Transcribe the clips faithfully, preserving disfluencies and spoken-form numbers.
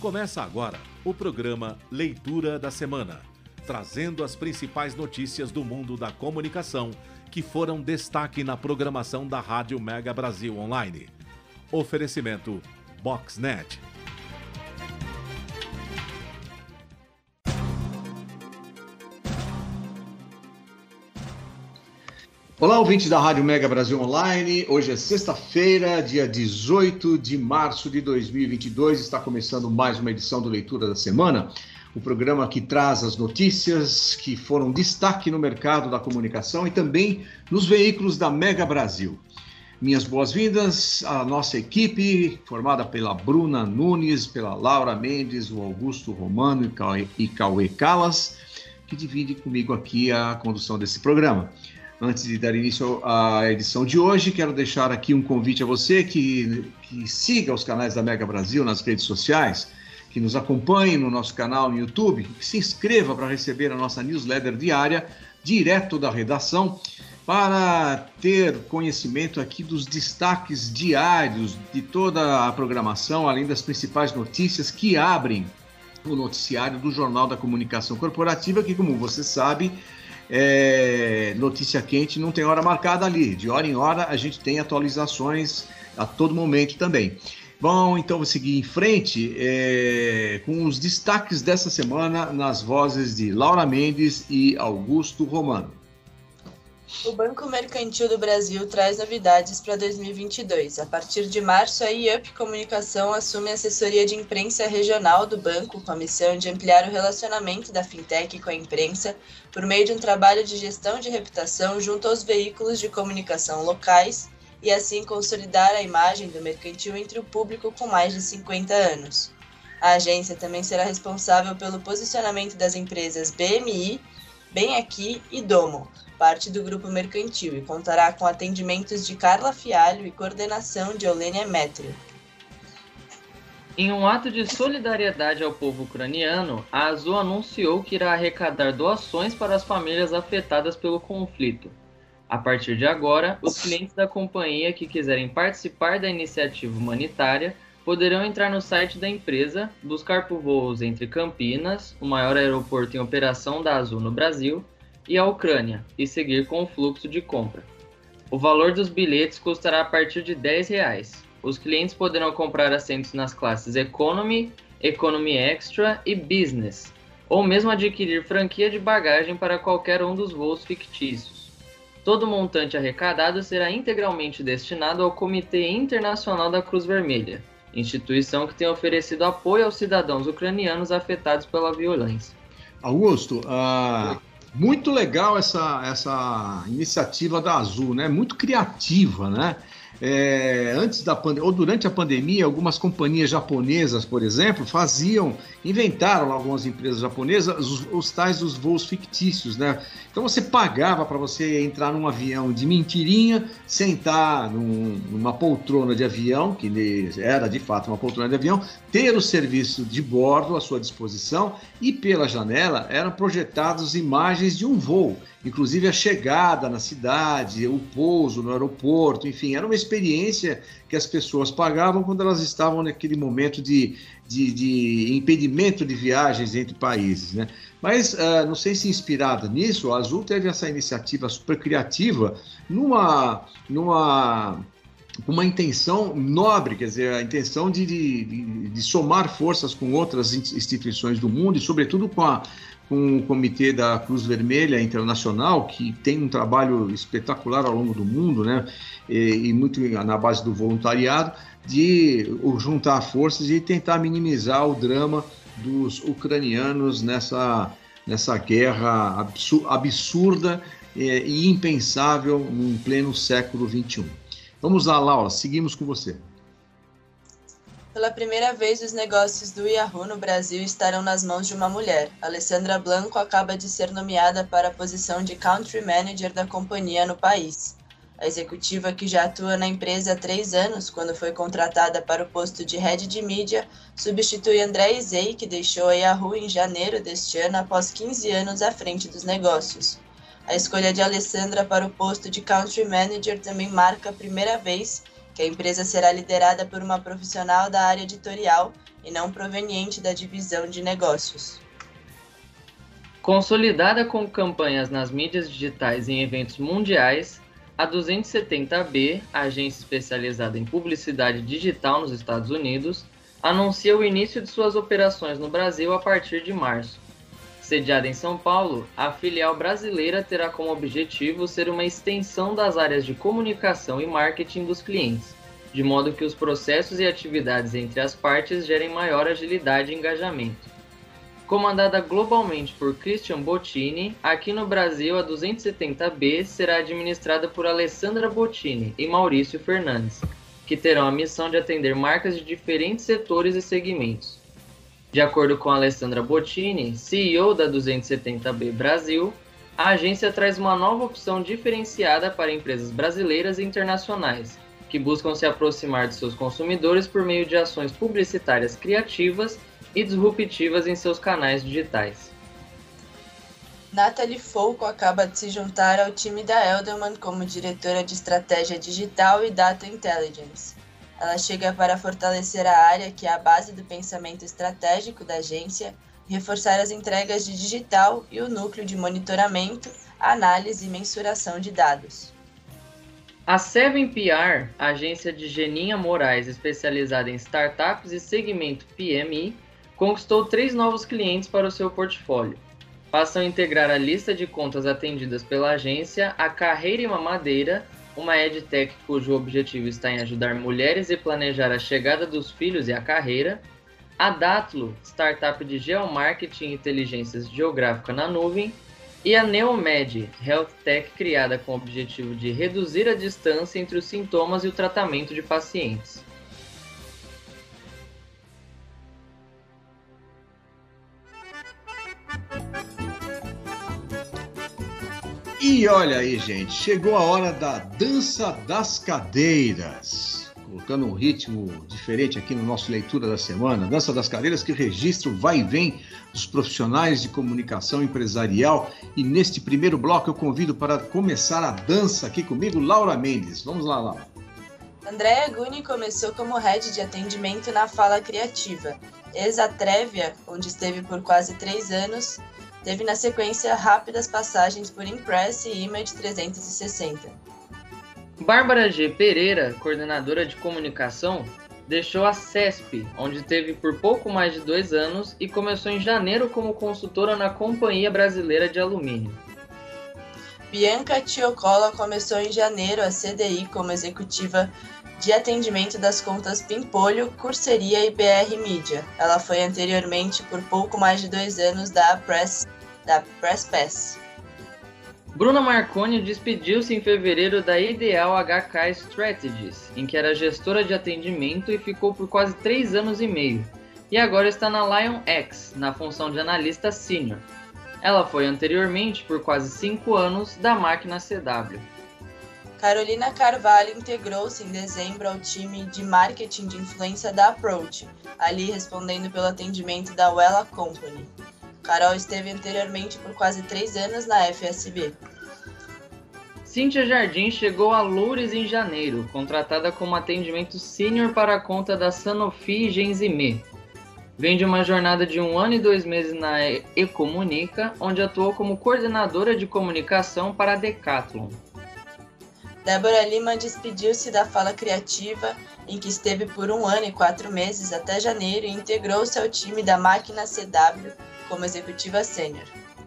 Começa agora o programa Leitura da Semana, trazendo as principais notícias do mundo da comunicação que foram destaque na programação da Rádio Mega Brasil Online. Oferecimento Boxnet. Olá, ouvintes da Rádio Mega Brasil Online. Hoje é sexta-feira, dia dezoito de março de dois mil e vinte e dois. Está começando mais uma edição do Leitura da Semana, o programa que traz as notícias que foram destaque no mercado da comunicação e também nos veículos da Mega Brasil. Minhas boas-vindas à nossa equipe, formada pela Bruna Nunes, pela Laura Mendes, o Augusto Romano e Cauê Calas, que divide comigo aqui a condução desse programa. Antes de dar início à edição de hoje, quero deixar aqui um convite a você que, que siga os canais da Mega Brasil nas redes sociais, que nos acompanhe no nosso canal no YouTube, que se inscreva para receber a nossa newsletter diária, direto da redação, para ter conhecimento aqui dos destaques diários de toda a programação, além das principais notícias que abrem o noticiário do Jornal da Comunicação Corporativa, que, como você sabe, É, notícia quente, não tem hora marcada ali. De hora em hora a gente tem atualizações a todo momento também. Bom, então vou seguir em frente é, com os destaques dessa semana nas vozes de Laura Mendes e Augusto Romano. O Banco Mercantil do Brasil traz novidades para dois mil e vinte e dois. A partir de março, a I U P Comunicação assume a assessoria de imprensa regional do banco, com a missão de ampliar o relacionamento da fintech com a imprensa por meio de um trabalho de gestão de reputação junto aos veículos de comunicação locais e assim consolidar a imagem do mercantil entre o público com mais de cinquenta anos. A agência também será responsável pelo posicionamento das empresas B M I, Bem Aqui e Domo, parte do Grupo Mercantil, e contará com atendimentos de Carla Fialho e coordenação de Eulênia Metrio. Em um ato de solidariedade ao povo ucraniano, a Azul anunciou que irá arrecadar doações para as famílias afetadas pelo conflito. A partir de agora, os clientes da companhia que quiserem participar da iniciativa humanitária poderão entrar no site da empresa, buscar por voos entre Campinas, o maior aeroporto em operação da Azul no Brasil, e a Ucrânia, e seguir com o fluxo de compra. O valor dos bilhetes custará a partir de dez reais. Os clientes poderão comprar assentos nas classes Economy, Economy Extra e Business, ou mesmo adquirir franquia de bagagem para qualquer um dos voos fictícios. Todo o montante arrecadado será integralmente destinado ao Comitê Internacional da Cruz Vermelha, instituição que tem oferecido apoio aos cidadãos ucranianos afetados pela violência. Augusto, uh... muito legal essa, essa iniciativa da Azul, né? Muito criativa, né? É, antes da pandemia, ou durante a pandemia, algumas companhias japonesas, por exemplo, faziam, inventaram algumas empresas japonesas os, os tais dos voos fictícios, né? Então você pagava para você entrar num avião de mentirinha, sentar num, numa poltrona de avião, que era de fato uma poltrona de avião, ter o serviço de bordo à sua disposição e pela janela eram projetadas imagens de um voo, inclusive a chegada na cidade, o pouso no aeroporto, enfim, era uma experiência que as pessoas pagavam quando elas estavam naquele momento de, de, de impedimento de viagens entre países, né? Mas, uh, não sei se inspirada nisso, a Azul teve essa iniciativa super criativa numa, numa uma intenção nobre, quer dizer, a intenção de, de, de somar forças com outras instituições do mundo e, sobretudo, com a com o Comitê da Cruz Vermelha Internacional, que tem um trabalho espetacular ao longo do mundo, né, e, e muito na base do voluntariado, de juntar forças e tentar minimizar o drama dos ucranianos nessa, nessa guerra absurda e impensável em pleno século vinte e um. Vamos lá, Laura, seguimos com você. Pela primeira vez, os negócios do Yahoo no Brasil estarão nas mãos de uma mulher. Alessandra Blanco acaba de ser nomeada para a posição de Country Manager da companhia no país. A executiva, que já atua na empresa há três anos, quando foi contratada para o posto de Head de Mídia, substitui André Izei, que deixou a Yahoo em janeiro deste ano após quinze anos à frente dos negócios. A escolha de Alessandra para o posto de Country Manager também marca a primeira vez que a empresa será liderada por uma profissional da área editorial e não proveniente da divisão de negócios. Consolidada com campanhas nas mídias digitais e em eventos mundiais, a duzentos e setenta B, agência especializada em publicidade digital nos Estados Unidos, anuncia o início de suas operações no Brasil a partir de março. Sediada em São Paulo, a filial brasileira terá como objetivo ser uma extensão das áreas de comunicação e marketing dos clientes, de modo que os processos e atividades entre as partes gerem maior agilidade e engajamento. Comandada globalmente por Christian Bottini, aqui no Brasil a duzentos e setenta B será administrada por Alessandra Bottini e Maurício Fernandes, que terão a missão de atender marcas de diferentes setores e segmentos. De acordo com Alessandra Bottini, C E O da duzentos e setenta B Brasil, a agência traz uma nova opção diferenciada para empresas brasileiras e internacionais, que buscam se aproximar de seus consumidores por meio de ações publicitárias criativas e disruptivas em seus canais digitais. Nathalie Folco acaba de se juntar ao time da Elderman como diretora de estratégia digital e data intelligence. Ela chega para fortalecer a área que é a base do pensamento estratégico da agência, reforçar as entregas de digital e o núcleo de monitoramento, análise e mensuração de dados. A Seven P R, agência de Geninha Moraes especializada em startups e segmento P M I, conquistou três novos clientes para o seu portfólio. Passam a integrar a lista de contas atendidas pela agência a Carreira e Mamadeira, uma edtech cujo objetivo está em ajudar mulheres a planejar a chegada dos filhos e a carreira, a Datlo, startup de geomarketing e inteligência geográfica na nuvem, e a Neomed, health tech criada com o objetivo de reduzir a distância entre os sintomas e o tratamento de pacientes. E olha aí, gente, chegou a hora da dança das cadeiras. Colocando um ritmo diferente aqui no nosso Leitura da Semana. Dança das cadeiras que registra o vai e vem dos profissionais de comunicação empresarial. E neste primeiro bloco eu convido para começar a dança aqui comigo, Laura Mendes. Vamos lá, Laura. Andréa Guni começou como head de atendimento na Fala Criativa. Ex-Atrevia, onde esteve por quase três anos, teve na sequência rápidas passagens por Impress e Image trezentos e sessenta. Bárbara G. Pereira, coordenadora de comunicação, deixou a C E S P, onde teve por pouco mais de dois anos e começou em janeiro como consultora na Companhia Brasileira de Alumínio. Bianca Tiocola começou em janeiro a C D I como executiva de atendimento das contas Pimpolho, Curseria e B R Media. Ela foi anteriormente por pouco mais de dois anos da Press, da Press Pass. Bruna Marconi despediu-se em fevereiro da Ideal H K Strategies, em que era gestora de atendimento e ficou por quase três anos e meio, e agora está na Lion X, na função de analista sênior. Ela foi anteriormente, por quase cinco anos, da Máquina C W. Carolina Carvalho integrou-se em dezembro ao time de marketing de influência da Approach, ali respondendo pelo atendimento da Wella Company. Carol esteve anteriormente por quase três anos na F S B. Cíntia Jardim chegou a Loures em janeiro, contratada como atendimento sênior para a conta da Sanofi e Genzime. Vem de uma jornada de um ano e dois meses na Ecomunica, onde atuou como coordenadora de comunicação para a Decathlon. Débora Lima despediu-se da Fala Criativa, em que esteve por um ano e quatro meses até janeiro e integrou-se ao time da Máquina C W como executiva sênior.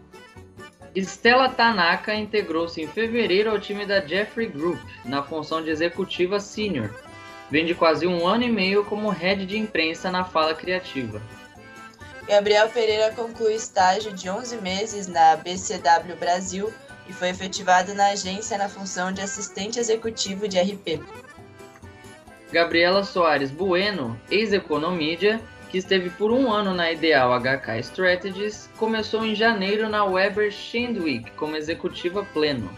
Stella Tanaka integrou-se em fevereiro ao time da Jeffrey Group, na função de executiva sênior. Vem de quase um ano e meio como head de imprensa na Fala Criativa. Gabriel Pereira conclui estágio de onze meses na B C W Brasil e foi efetivado na agência na função de assistente executivo de R P. Gabriela Soares Bueno, ex-Economídia, que esteve por um ano na Ideal H K Strategies, começou em janeiro na Weber Shandwick como executiva pleno.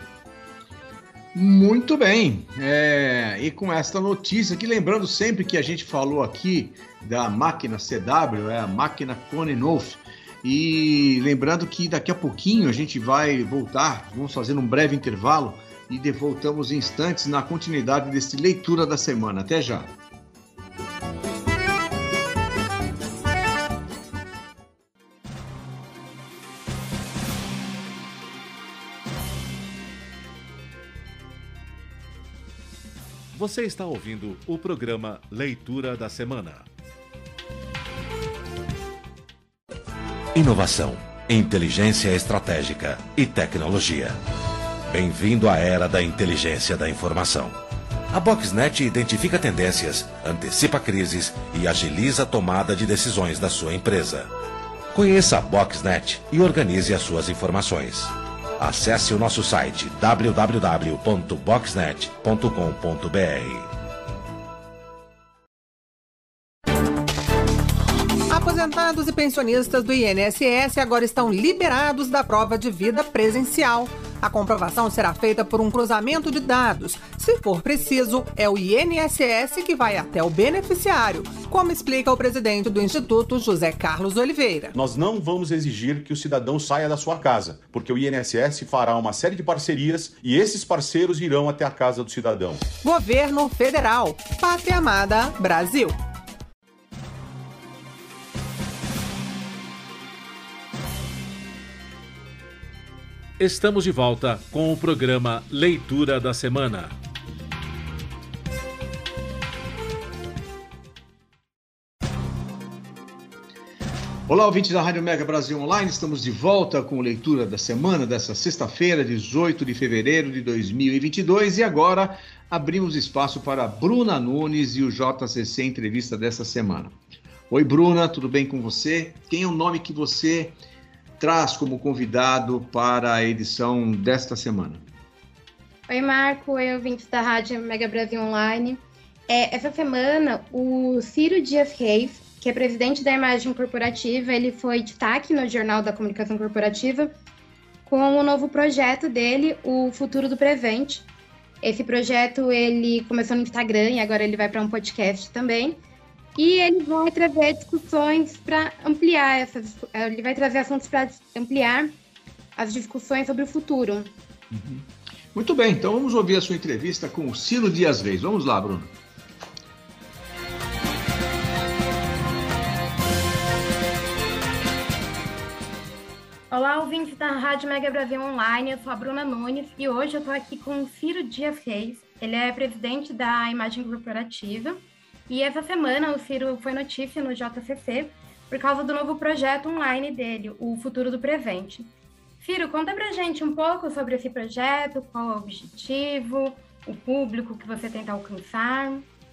Muito bem, é, e com esta notícia aqui, lembrando sempre que a gente falou aqui da máquina C W, é a máquina Konenhof, e lembrando que daqui a pouquinho a gente vai voltar, vamos fazer um breve intervalo e de voltamos em instantes na continuidade desse Leitura da Semana. Até já! Você está ouvindo o programa Leitura da Semana. Inovação, inteligência estratégica e tecnologia. Bem-vindo à era da inteligência da informação. A Boxnet identifica tendências, antecipa crises e agiliza a tomada de decisões da sua empresa. Conheça a Boxnet e organize as suas informações. Acesse o nosso site w w w ponto boxnet ponto com ponto b r. Aposentados e pensionistas do I N S S agora estão liberados da prova de vida presencial. A comprovação será feita por um cruzamento de dados. Se for preciso, é o I N S S que vai até o beneficiário, como explica o presidente do Instituto, José Carlos Oliveira. Nós não vamos exigir que o cidadão saia da sua casa, porque o I N S S fará uma série de parcerias e esses parceiros irão até a casa do cidadão. Governo Federal. Pátria Amada, Brasil. Estamos de volta com o programa Leitura da Semana. Olá, ouvintes da Rádio Mega Brasil Online, estamos de volta com Leitura da Semana dessa sexta-feira, dezoito de fevereiro de dois mil e vinte e dois, e agora abrimos espaço para a Bruna Nunes e o J C C Entrevista dessa semana. Oi, Bruna, tudo bem com você? Quem é o nome que você traz como convidado para a edição desta semana? Oi, Marco, oi, ouvintes da Rádio Mega Brasil Online. É, essa semana, o Ciro Dias Reis, que é presidente da Imagem Corporativa, ele foi destaque no Jornal da Comunicação Corporativa com o novo projeto dele, o Futuro do Prevent. Esse projeto ele começou no Instagram e agora ele vai para um podcast também. E ele vai trazer discussões para ampliar essas, ele vai trazer assuntos para ampliar as discussões sobre o futuro. Uhum. Muito bem, então vamos ouvir a sua entrevista com o Ciro Dias Reis. Vamos lá, Bruno. Olá, ouvintes da Rádio Mega Brasil Online, eu sou a Bruna Nunes e hoje eu estou aqui com o Ciro Dias Reis. Ele é presidente da Imagem Corporativa. E essa semana o Ciro foi notícia no J C C por causa do novo projeto online dele, o Futuro do Prevent. Ciro, conta pra gente um pouco sobre esse projeto, qual é o objetivo, o público que você tenta alcançar.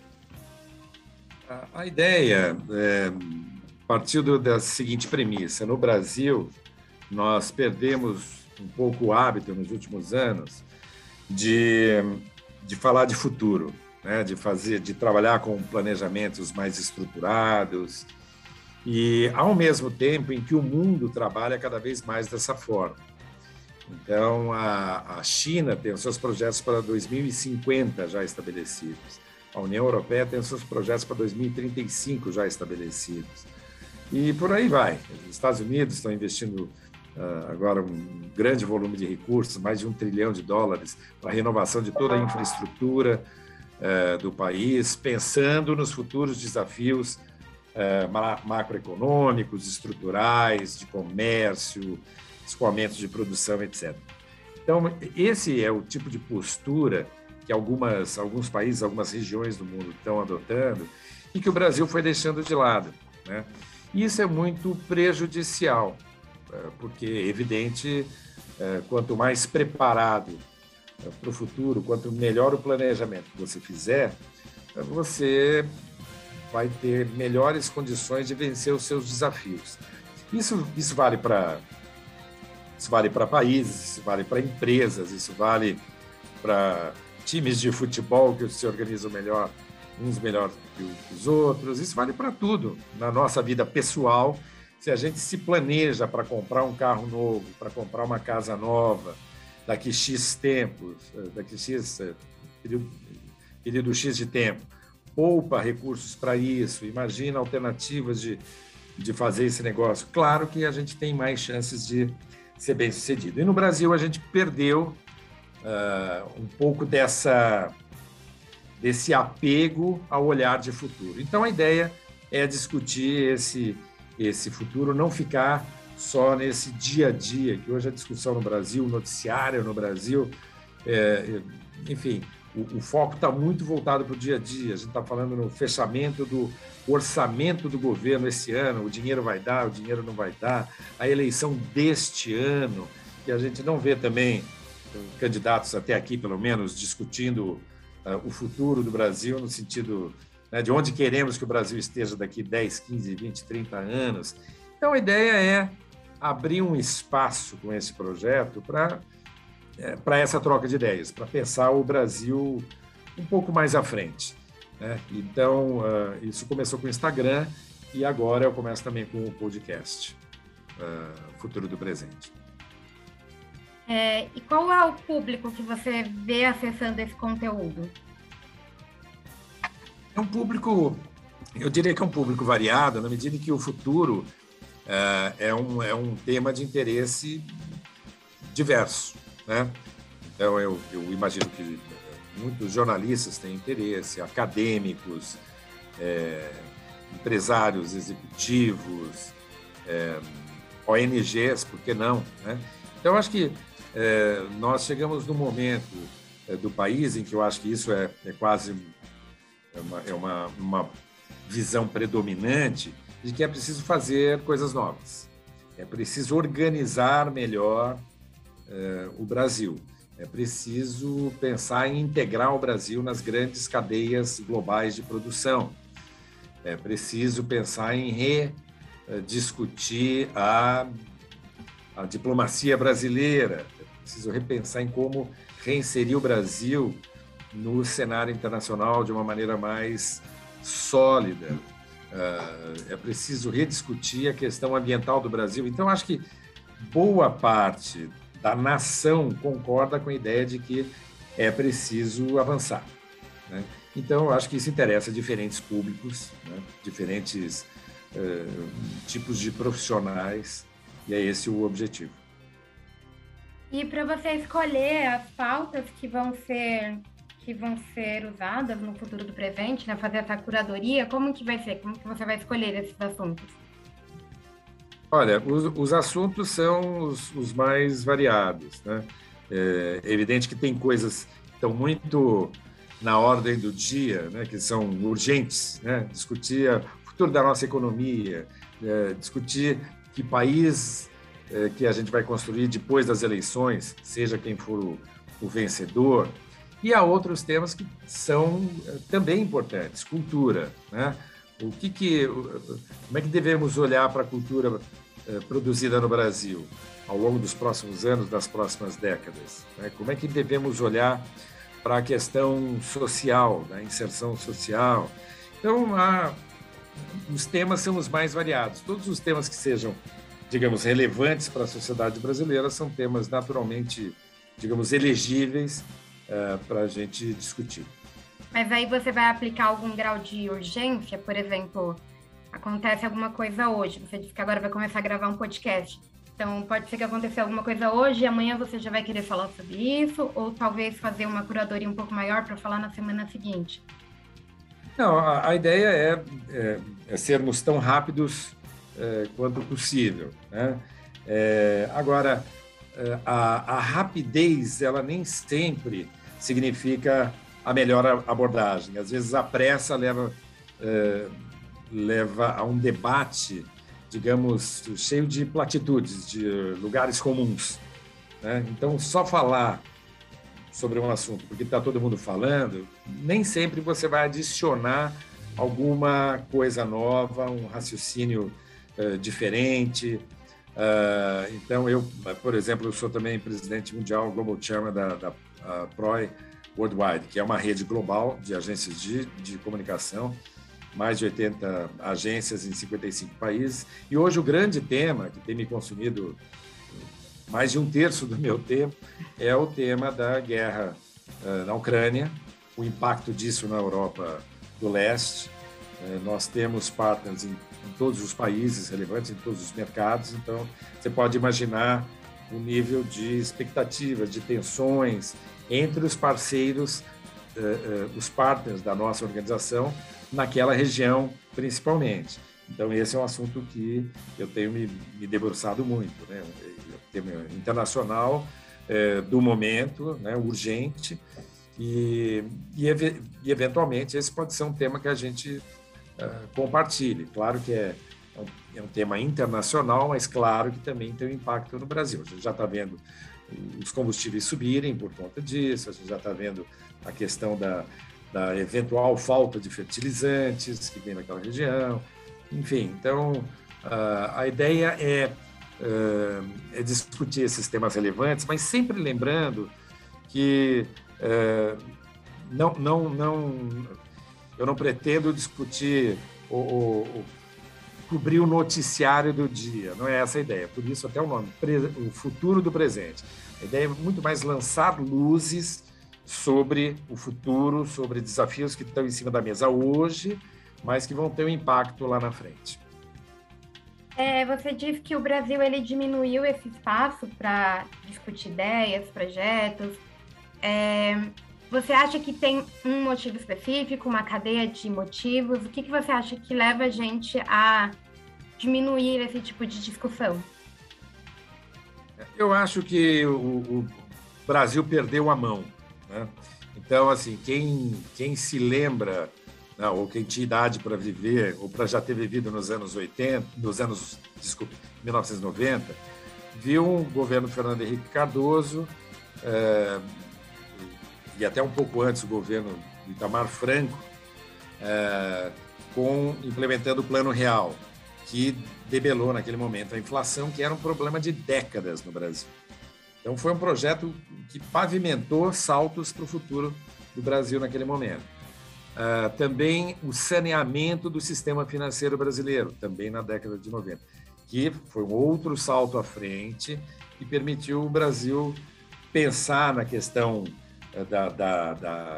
A, a ideia é, partiu do, da seguinte premissa. No Brasil, nós perdemos um pouco o hábito nos últimos anos de, de falar de futuro. Né, de fazer, de trabalhar com planejamentos mais estruturados e ao mesmo tempo em que o mundo trabalha cada vez mais dessa forma. Então, a, a China tem os seus projetos para dois mil e cinquenta já estabelecidos. A União Europeia tem os seus projetos para dois mil e trinta e cinco já estabelecidos. E por aí vai. Os Estados Unidos estão investindo uh, agora um grande volume de recursos, mais de um trilhão de dólares, para a renovação de toda a infraestrutura do país, pensando nos futuros desafios eh, macroeconômicos, estruturais, de comércio, escoamento de produção, etcétera. Então, esse é o tipo de postura que algumas, alguns países, algumas regiões do mundo estão adotando e que o Brasil foi deixando de lado, né? Isso é muito prejudicial, porque é evidente, quanto mais preparado para o futuro, quanto melhor o planejamento que você fizer, você vai ter melhores condições de vencer os seus desafios. Isso, isso vale para isso vale para países, isso vale para empresas, isso vale para times de futebol que se organizam melhor, uns melhor que os outros, isso vale para tudo. Na nossa vida pessoal, se a gente se planeja para comprar um carro novo, para comprar uma casa nova, daqui X tempos, daqui X período, período X de tempo, poupa recursos para isso, imagina alternativas de, de fazer esse negócio. Claro que a gente tem mais chances de ser bem-sucedido. E no Brasil a gente perdeu uh, um pouco dessa, desse apego ao olhar de futuro. Então, a ideia é discutir esse, esse futuro, não ficar só nesse dia a dia, que hoje a discussão no Brasil, o noticiário no Brasil, é, enfim, o, o foco está muito voltado para o dia a dia. A gente está falando no fechamento do orçamento do governo esse ano, o dinheiro vai dar, o dinheiro não vai dar, a eleição deste ano, que a gente não vê também candidatos até aqui, pelo menos, discutindo uh, o futuro do Brasil no sentido, né, de onde queremos que o Brasil esteja daqui dez, quinze, vinte, trinta anos. Então, a ideia é abrir um espaço com esse projeto para é, para essa troca de ideias, para pensar o Brasil um pouco mais à frente, né? Então, uh, isso começou com o Instagram e agora eu começo também com o podcast, uh, Futuro do Presente. É, e qual é o público que você vê acessando esse conteúdo? É um público, eu diria que é um público variado, na medida em que o futuro uh, é, um, é um tema de interesse diverso, né? Então, eu, eu imagino que muitos jornalistas têm interesse, acadêmicos, é, empresários executivos, é, O N Gs, por que não, né? Então, acho que é, nós chegamos num momento é, do país em que eu acho que isso é, é quase é uma, é uma, uma visão predominante de que é preciso fazer coisas novas. É preciso organizar melhor é, o Brasil. É preciso pensar em integrar o Brasil nas grandes cadeias globais de produção. É preciso pensar em rediscutir a, a diplomacia brasileira. É preciso repensar em como reinserir o Brasil no cenário internacional de uma maneira mais sólida. É preciso rediscutir a questão ambiental do Brasil. Então, acho que boa parte da nação concorda com a ideia de que é preciso avançar, né? Então, eu acho que isso interessa diferentes públicos, né? Diferentes uh, tipos de profissionais, e é esse o objetivo. E para você escolher as pautas que vão ser que vão ser usadas no futuro do presente, né? Fazer essa curadoria, como que vai ser? Como que você vai escolher esses assuntos? Olha, os, os assuntos são os, os mais variados, né? É evidente que tem coisas que estão muito na ordem do dia, né? Que são urgentes, né? Discutir o futuro da nossa economia, é, discutir que país é, que a gente vai construir depois das eleições, seja quem for o, o vencedor. E há outros temas que são é, também importantes, cultura, né? O que que, como é que devemos olhar para a cultura eh, produzida no Brasil ao longo dos próximos anos, das próximas décadas, né? Como é que devemos olhar para a questão social, da inserção social? Então, há, os temas são os mais variados. Todos os temas que sejam, digamos, relevantes para a sociedade brasileira são temas naturalmente, digamos, elegíveis eh, para a gente discutir. Mas aí você vai aplicar algum grau de urgência? Por exemplo, acontece alguma coisa hoje, você disse que agora vai começar a gravar um podcast. Então, pode ser que aconteça alguma coisa hoje e amanhã você já vai querer falar sobre isso, ou talvez fazer uma curadoria um pouco maior para falar na semana seguinte? Não, a, a ideia é, é, é sermos tão rápidos é, quanto possível, né? É, agora, é, a, a rapidez, ela nem sempre significa a melhor abordagem. Às vezes a pressa leva, eh, leva a um debate, digamos, cheio de platitudes, de lugares comuns, né? Então, só falar sobre um assunto porque está todo mundo falando, nem sempre você vai adicionar alguma coisa nova, um raciocínio eh, diferente. Uh, então, eu, por exemplo, eu sou também presidente mundial, Global Chairman da, da uh, P R O I Worldwide, que é uma rede global de agências de, de comunicação, mais de oitenta agências em cinquenta e cinco países. E hoje o grande tema, que tem me consumido mais de um terço do meu tempo, é o tema da guerra uh, na Ucrânia, o impacto disso na Europa do Leste. Uh, nós temos partners em, em todos os países relevantes, em todos os mercados, então você pode imaginar o nível de expectativas, de tensões entre os parceiros, uh, uh, os partners da nossa organização, naquela região principalmente. Então, esse é um assunto que eu tenho me, me debruçado muito, né? O tema internacional uh, do momento, né? Urgente, e, e, e, eventualmente, esse pode ser um tema que a gente uh, compartilhe. Claro que é É um, é um tema internacional, mas claro que também tem um impacto no Brasil. A gente já está vendo os combustíveis subirem por conta disso, a gente já está vendo a questão da, da eventual falta de fertilizantes que vem naquela região. Enfim, então, uh, a ideia é, uh, é discutir esses temas relevantes, mas sempre lembrando que uh, não, não, não, eu não pretendo discutir o, o cobrir o noticiário do dia, não é essa a ideia, por isso até o nome, o futuro do presente. A ideia é muito mais lançar luzes sobre o futuro, sobre desafios que estão em cima da mesa hoje, mas que vão ter um impacto lá na frente. É, você disse que o Brasil ele diminuiu esse espaço para discutir ideias, projetos. É, você acha que tem um motivo específico, uma cadeia de motivos? O que, que você acha que leva a gente a diminuir esse tipo de discussão? Eu acho que o, o Brasil perdeu a mão, né? Então, assim, quem, quem se lembra, não, ou quem tinha idade para viver, ou para já ter vivido nos anos oitenta, nos anos, desculpe, mil novecentos e noventa, viu o governo Fernando Henrique Cardoso, é, e até um pouco antes o governo Itamar Franco, é, com, implementando o Plano Real, que debelou naquele momento a inflação, que era um problema de décadas no Brasil. Então foi um projeto que pavimentou saltos para o futuro do Brasil naquele momento. Uh, também o saneamento do sistema financeiro brasileiro, também na década de noventa, que foi um outro salto à frente e permitiu o Brasil pensar na questão Da, da, da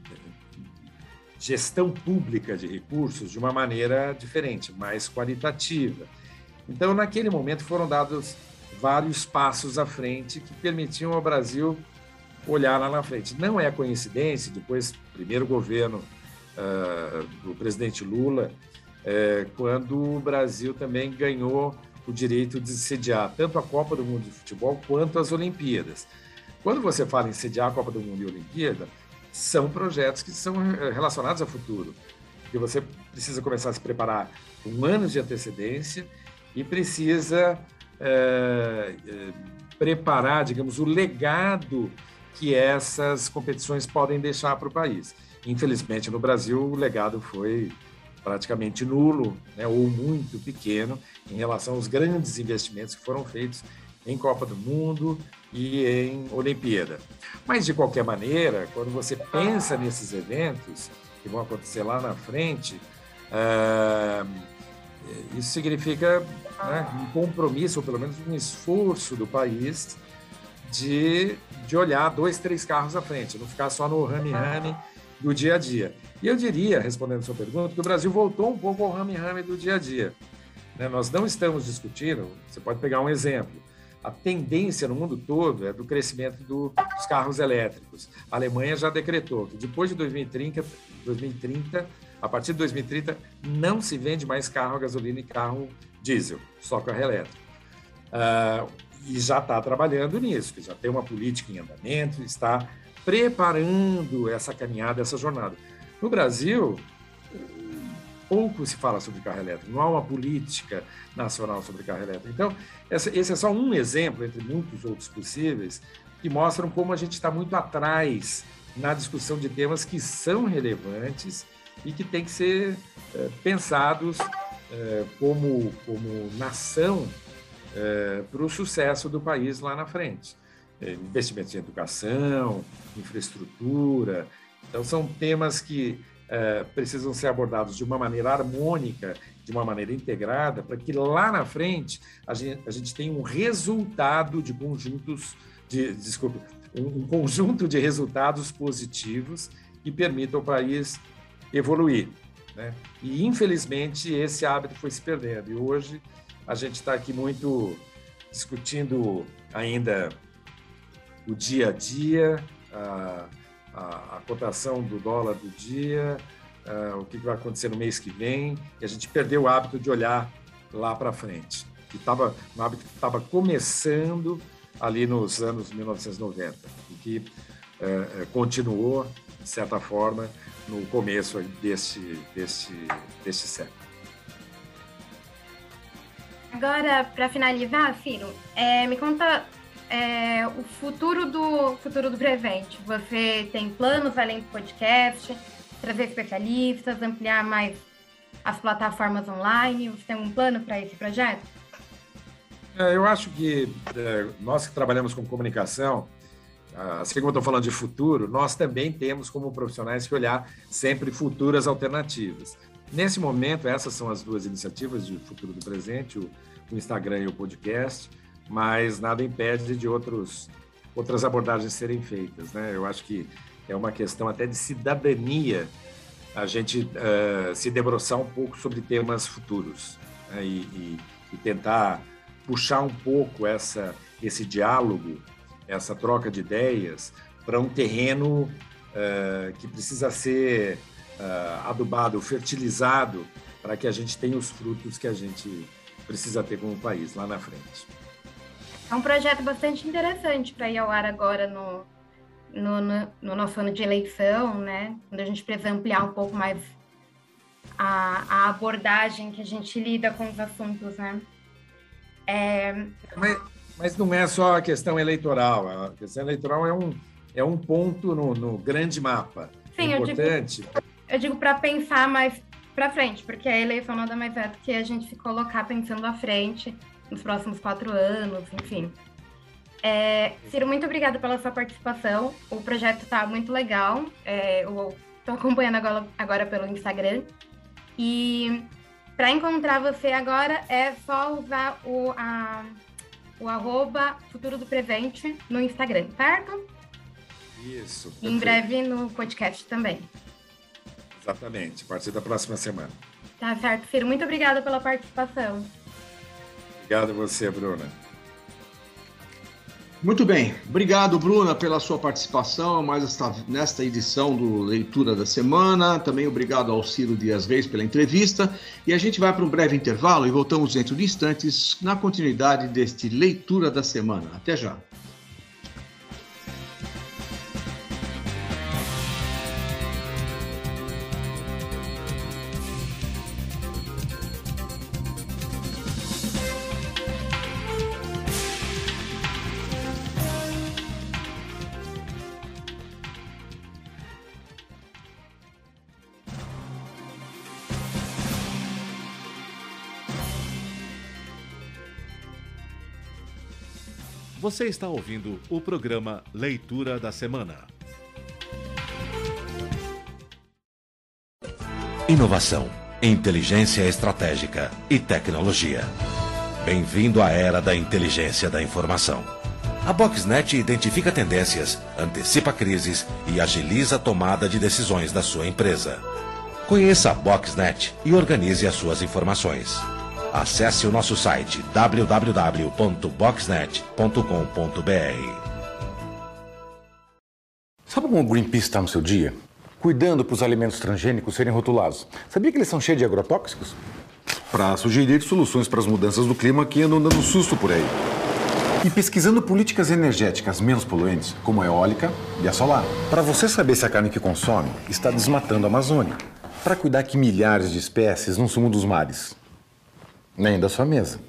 gestão pública de recursos de uma maneira diferente, mais qualitativa. Então, naquele momento, foram dados vários passos à frente que permitiam ao Brasil olhar lá na frente. Não é coincidência, depois, primeiro governo uh, do presidente Lula, uh, quando o Brasil também ganhou o direito de sediar tanto a Copa do Mundo de Futebol quanto as Olimpíadas. Quando você fala em sediar a Copa do Mundo e a Olimpíada, são projetos que são relacionados ao futuro, porque você precisa começar a se preparar com anos de antecedência e precisa é, é, preparar, digamos, o legado que essas competições podem deixar para o país. Infelizmente, no Brasil, o legado foi praticamente nulo, né, ou muito pequeno em relação aos grandes investimentos que foram feitos em Copa do Mundo e em Olimpíada. Mas, de qualquer maneira, quando você pensa nesses eventos que vão acontecer lá na frente, uh, isso significa, né, um compromisso, ou pelo menos um esforço do país de, de olhar dois, três carros à frente, não ficar só no rame-rame do dia a dia. E eu diria, respondendo a sua pergunta, que o Brasil voltou um pouco ao rame-rame do dia a dia. Né? Nós não estamos discutindo, você pode pegar um exemplo, a tendência no mundo todo é do crescimento do, dos carros elétricos. A Alemanha já decretou que depois de dois mil e trinta, dois mil e trinta, a partir de dois mil e trinta, não se vende mais carro a gasolina e carro diesel, só carro elétrico. Uh, e já está trabalhando nisso, já tem uma política em andamento, está preparando essa caminhada, essa jornada. No Brasil, pouco se fala sobre carro elétrico, não há uma política nacional sobre carro elétrico. Então, esse é só um exemplo, entre muitos outros possíveis, que mostram como a gente está muito atrás na discussão de temas que são relevantes e que têm que ser é, pensados é, como, como nação é, para o sucesso do país lá na frente. É, investimentos em educação, infraestrutura. Então, são temas que é, precisam ser abordados de uma maneira harmônica, de uma maneira integrada, para que lá na frente a gente, a gente tenha um resultado de conjuntos, de, desculpe, um, um conjunto de resultados positivos que permitam ao país evoluir, né? E, infelizmente, esse hábito foi se perdendo. E hoje a gente está aqui muito discutindo ainda o dia a dia, a, a, a cotação do dólar do dia, uh, o que vai acontecer no mês que vem, e a gente perdeu o hábito de olhar lá para frente, que estava um hábito que estava começando ali nos anos mil novecentos e noventa, e que uh, continuou, de certa forma, no começo desse, desse, desse século. Agora, para finalizar, Ciro, é, me conta é, o futuro do futuro do Prevent. Você tem planos além do podcast, trazer especialistas, ampliar mais as plataformas online? Você tem um plano para esse projeto? É, eu acho que é, nós que trabalhamos com comunicação, assim como eu estou falando de futuro, nós também temos como profissionais que olhar sempre futuras alternativas. Nesse momento, essas são as duas iniciativas de futuro do presente, o, o Instagram e o podcast, mas nada impede de outros, outras abordagens serem feitas, né? Eu acho que é uma questão até de cidadania a gente uh, se debruçar um pouco sobre temas futuros, né? e, e, e tentar puxar um pouco essa, esse diálogo, essa troca de ideias para um terreno uh, que precisa ser uh, adubado, fertilizado, para que a gente tenha os frutos que a gente precisa ter como país lá na frente. É um projeto bastante interessante para ir ao ar agora no, no, no, no nosso ano de eleição, né? Quando a gente precisa ampliar um pouco mais a, a abordagem que a gente lida com os assuntos, né? É... Mas, mas não é só a questão eleitoral. A questão eleitoral é um, é um ponto no, no grande mapa. Sim, importante. Eu digo, eu digo para pensar mais para frente, porque a eleição nada mais é do que a gente se colocar pensando à frente nos próximos quatro anos, enfim. É, Ciro, muito obrigada pela sua participação. O projeto está muito legal. É, eu estou acompanhando agora, agora pelo Instagram. E para encontrar você agora é só usar o, a, o arroba Futuro do Prevent no Instagram, certo? Isso. E em breve no podcast também. Exatamente, a partir da próxima semana. Tá certo, Ciro. Muito obrigada pela participação. Obrigado a você, Bruna. Muito bem. Obrigado, Bruna, pela sua participação mais esta, nesta edição do Leitura da Semana. Também obrigado ao Ciro Dias Reis pela entrevista. E a gente vai para um breve intervalo e voltamos dentro de instantes na continuidade deste Leitura da Semana. Até já. Você está ouvindo o programa Leitura da Semana. Inovação, inteligência estratégica e tecnologia. Bem-vindo à era da inteligência da informação. A Boxnet identifica tendências, antecipa crises e agiliza a tomada de decisões da sua empresa. Conheça a Boxnet e organize as suas informações. Acesse o nosso site w w w ponto boxnet ponto com ponto b r. Sabe como o Greenpeace está no seu dia? Cuidando para os alimentos transgênicos serem rotulados. Sabia que eles são cheios de agrotóxicos? Para sugerir soluções para as mudanças do clima que andam dando susto por aí. E pesquisando políticas energéticas menos poluentes, como a eólica e a solar. Para você saber se a carne que consome está desmatando a Amazônia. Para cuidar que milhares de espécies não sumam dos mares. Nem da sua mesa.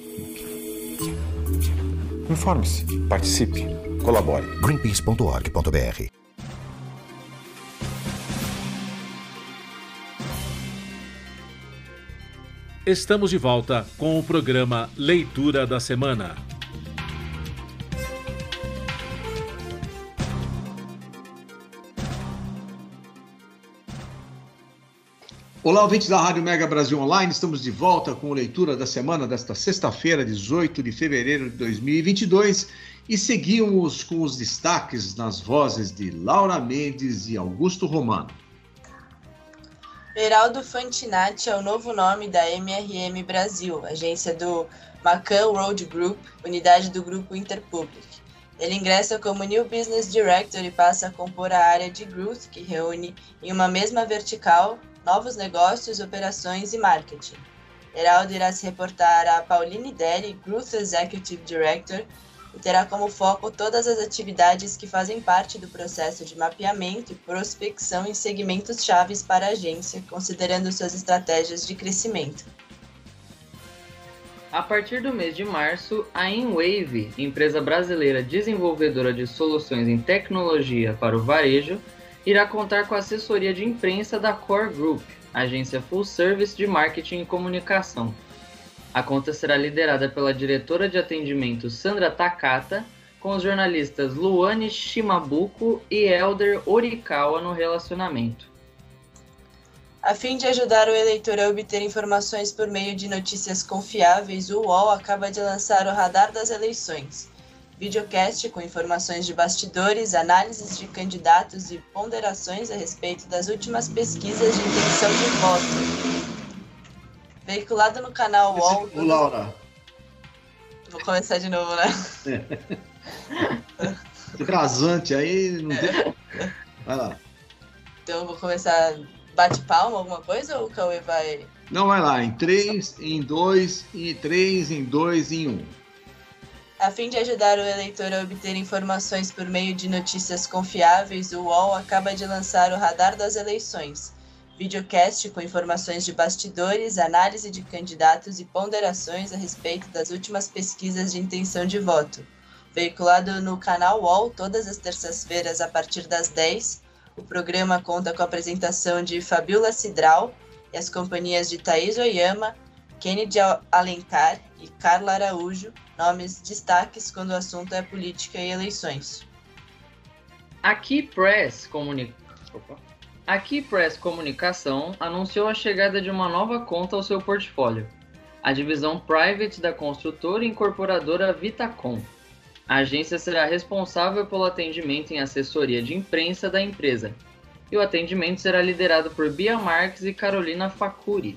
Informe-se, participe, colabore. greenpeace ponto org ponto b r. Estamos de volta com o programa Leitura da Semana. Olá, ouvintes da Rádio Mega Brasil Online, estamos de volta com a Leitura da Semana desta sexta-feira, dezoito de fevereiro de dois mil e vinte e dois, e seguimos com os destaques nas vozes de Laura Mendes e Augusto Romano. Heraldo Fantinatti é o novo nome da M R M Brasil, agência do Macan Road Group, unidade do Grupo Interpublic. Ele ingressa como New Business Director e passa a compor a área de Growth, que reúne em uma mesma vertical novos negócios, operações e marketing. Heraldo irá se reportar a Pauline Deri, Growth Executive Director, e terá como foco todas as atividades que fazem parte do processo de mapeamento e prospecção em segmentos chaves para a agência, considerando suas estratégias de crescimento. A partir do mês de março, a InWave, empresa brasileira desenvolvedora de soluções em tecnologia para o varejo, irá contar com a assessoria de imprensa da Core Group, agência full service de marketing e comunicação. A conta será liderada pela diretora de atendimento Sandra Takata, com os jornalistas Luane Shimabuko e Elder Orikawa no relacionamento. A fim de ajudar o eleitor a obter informações por meio de notícias confiáveis, o U O L acaba de lançar o Radar das Eleições, videocast com informações de bastidores, análises de candidatos e ponderações a respeito das últimas pesquisas de intenção de voto. Veiculado no canal U O L... Ô, Laura. Vou começar de novo, né? Atrasante aí, não tem... Vai lá. Então eu vou começar... Bate palma, alguma coisa, ou o Cauê vai... Não, vai lá, em três, em dois, em três, em dois, em um. A fim de ajudar o eleitor a obter informações por meio de notícias confiáveis, o U O L acaba de lançar o Radar das Eleições, videocast com informações de bastidores, análise de candidatos e ponderações a respeito das últimas pesquisas de intenção de voto. Veiculado no canal U O L todas as terças-feiras a partir das dez, o programa conta com a apresentação de Fabiola Cidral e as companhias de Thaís Oyama, Kennedy Alencar e Carla Araújo, nomes destaques quando o assunto é política e eleições. A Key Press, Comuni... a Key Press Comunicação anunciou a chegada de uma nova conta ao seu portfólio, a divisão Private da construtora e incorporadora Vitacom. A agência será responsável pelo atendimento em assessoria de imprensa da empresa, e o atendimento será liderado por Bia Marques e Carolina Facuri.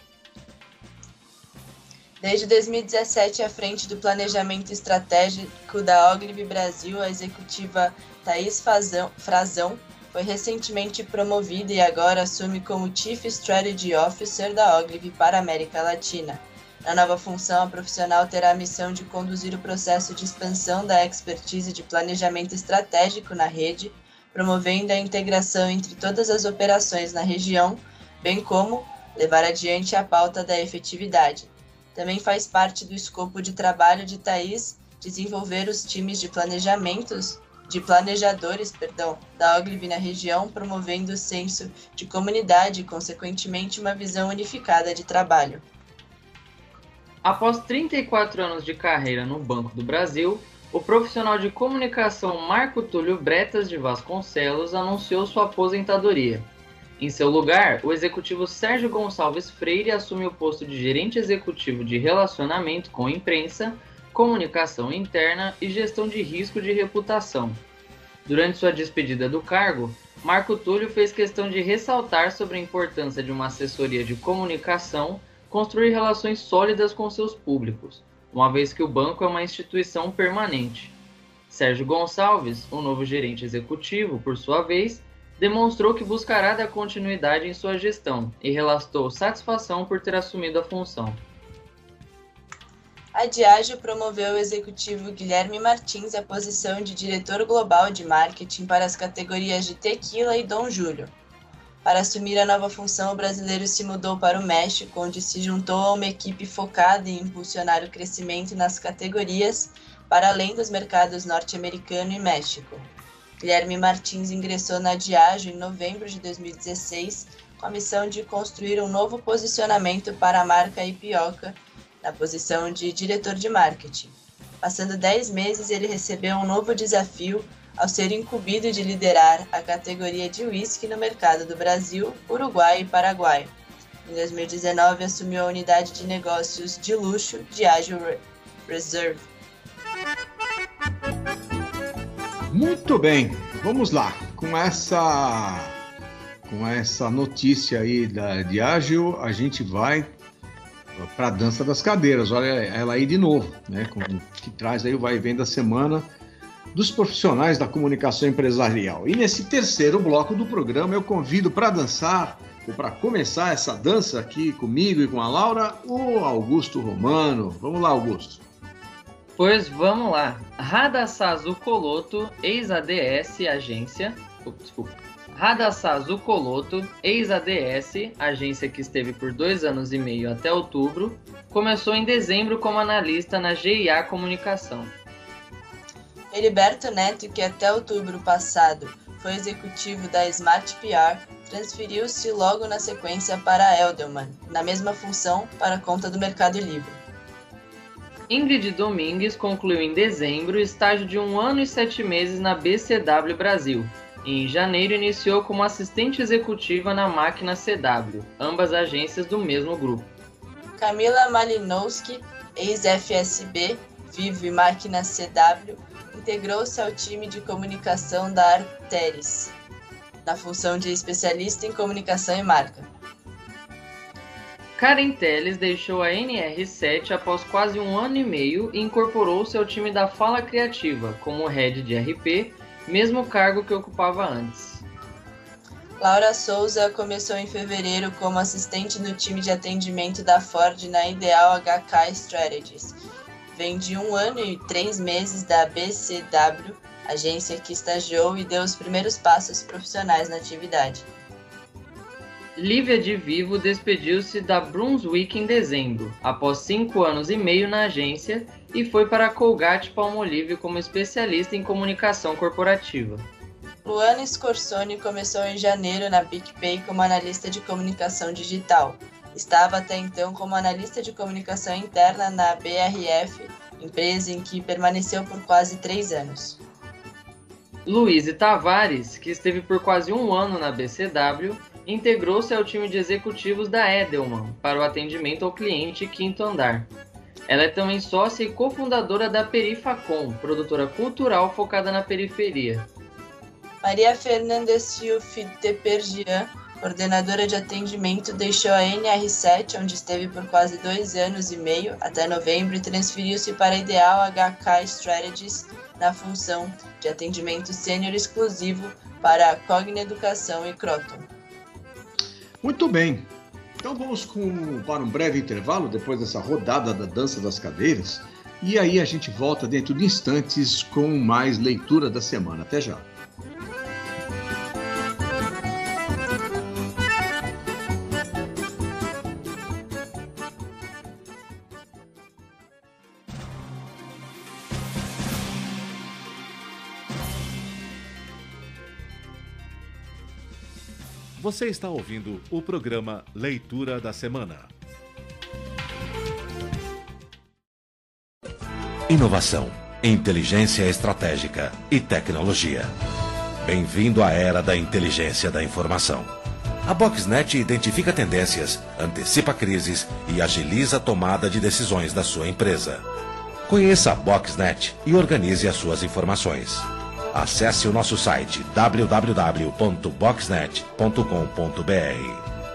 Desde dois mil e dezessete, à frente do planejamento estratégico da Ogilvy Brasil, a executiva Thaís Frazão foi recentemente promovida e agora assume como Chief Strategy Officer da Ogilvy para a América Latina. Na nova função, a profissional terá a missão de conduzir o processo de expansão da expertise de planejamento estratégico na rede, promovendo a integração entre todas as operações na região, bem como levar adiante a pauta da efetividade. Também faz parte do escopo de trabalho de Thaís desenvolver os times de planejamentos, de planejadores, perdão, da Ogilvy na região, promovendo o senso de comunidade e, consequentemente, uma visão unificada de trabalho. Após trinta e quatro anos de carreira no Banco do Brasil, o profissional de comunicação Marco Túlio Bretas de Vasconcelos anunciou sua aposentadoria. Em seu lugar, o executivo Sérgio Gonçalves Freire assume o posto de gerente executivo de relacionamento com imprensa, comunicação interna e gestão de risco de reputação. Durante sua despedida do cargo, Marco Túlio fez questão de ressaltar sobre a importância de uma assessoria de comunicação construir relações sólidas com seus públicos, uma vez que o banco é uma instituição permanente. Sérgio Gonçalves, o novo gerente executivo, por sua vez, demonstrou que buscará dar continuidade em sua gestão e relatou satisfação por ter assumido a função. A Diageo promoveu o executivo Guilherme Martins à posição de diretor global de marketing para as categorias de Tequila e Dom Julio. Para assumir a nova função, o brasileiro se mudou para o México, onde se juntou a uma equipe focada em impulsionar o crescimento nas categorias para além dos mercados norte-americano e México. Guilherme Martins ingressou na Diageo em novembro de dois mil e dezesseis com a missão de construir um novo posicionamento para a marca Ipioca, na posição de diretor de marketing. Passando dez meses, ele recebeu um novo desafio ao ser incumbido de liderar a categoria de whisky no mercado do Brasil, Uruguai e Paraguai. Em dois mil e dezenove, assumiu a unidade de negócios de luxo Diageo Reserve. Muito bem, vamos lá. Com essa, com essa notícia aí da Diageo, a gente vai para a dança das cadeiras. Olha ela aí de novo, né? Com, que traz aí o vai e vem da semana dos profissionais da comunicação empresarial. E nesse terceiro bloco do programa eu convido para dançar, ou para começar essa dança aqui comigo e com a Laura, o Augusto Romano. Vamos lá, Augusto. Pois vamos lá. Radassazu Coloto, ex-A D S, agência... Oh, desculpa. Radassazu Coloto, ex-A D S, agência que esteve por dois anos e meio até outubro, começou em dezembro como analista na G I A Comunicação. Heriberto Neto, que até outubro passado foi executivo da Smart P R, transferiu-se logo na sequência para a Eldelman, na mesma função para conta do Mercado Livre. Ingrid Domingues concluiu em dezembro estágio de um ano e sete meses na B C W Brasil, e em janeiro iniciou como assistente executiva na Máquina C W, ambas agências do mesmo grupo. Camila Malinowski, ex-F S B, Vivo e Máquina C W, integrou-se ao time de comunicação da Arteris, na função de especialista em comunicação e marca. Karen Telles deixou a N R sete após quase um ano e meio e incorporou-se ao time da Fala Criativa, como head de R P, mesmo cargo que ocupava antes. Laura Souza começou em fevereiro como assistente no time de atendimento da Ford na Ideal H K Strategies. Vem de um ano e três meses da B C W, agência que estagiou e deu os primeiros passos profissionais na atividade. Lívia de Vivo despediu-se da Brunswick em dezembro, após cinco anos e meio na agência, e foi para a Colgate-Palmolive como especialista em comunicação corporativa. Luana Scorsoni começou em janeiro na BigPay como analista de comunicação digital. Estava até então como analista de comunicação interna na B R F, empresa em que permaneceu por quase três anos. Luíse Tavares, que esteve por quase um ano na B C W, integrou-se ao time de executivos da Edelman para o atendimento ao cliente quinto andar. Ela é também sócia e cofundadora da Perifacom, produtora cultural focada na periferia. Maria Fernanda Silf Tepergian, coordenadora de atendimento, deixou a N R sete, onde esteve por quase dois anos e meio, até novembro, e transferiu-se para a Ideal H K Strategies, na função de atendimento sênior exclusivo para a Cogna Educação e Croton. Muito bem. Então vamos com, para um breve intervalo, depois dessa rodada da dança das cadeiras, e aí a gente volta dentro de instantes com mais leitura da semana. Até já. Você está ouvindo o programa Leitura da Semana. Inovação, inteligência estratégica e tecnologia. Bem-vindo à era da inteligência da informação. A Boxnet identifica tendências, antecipa crises e agiliza a tomada de decisões da sua empresa. Conheça a Boxnet e organize as suas informações. Acesse o nosso site w w w ponto boxnet ponto com ponto b r.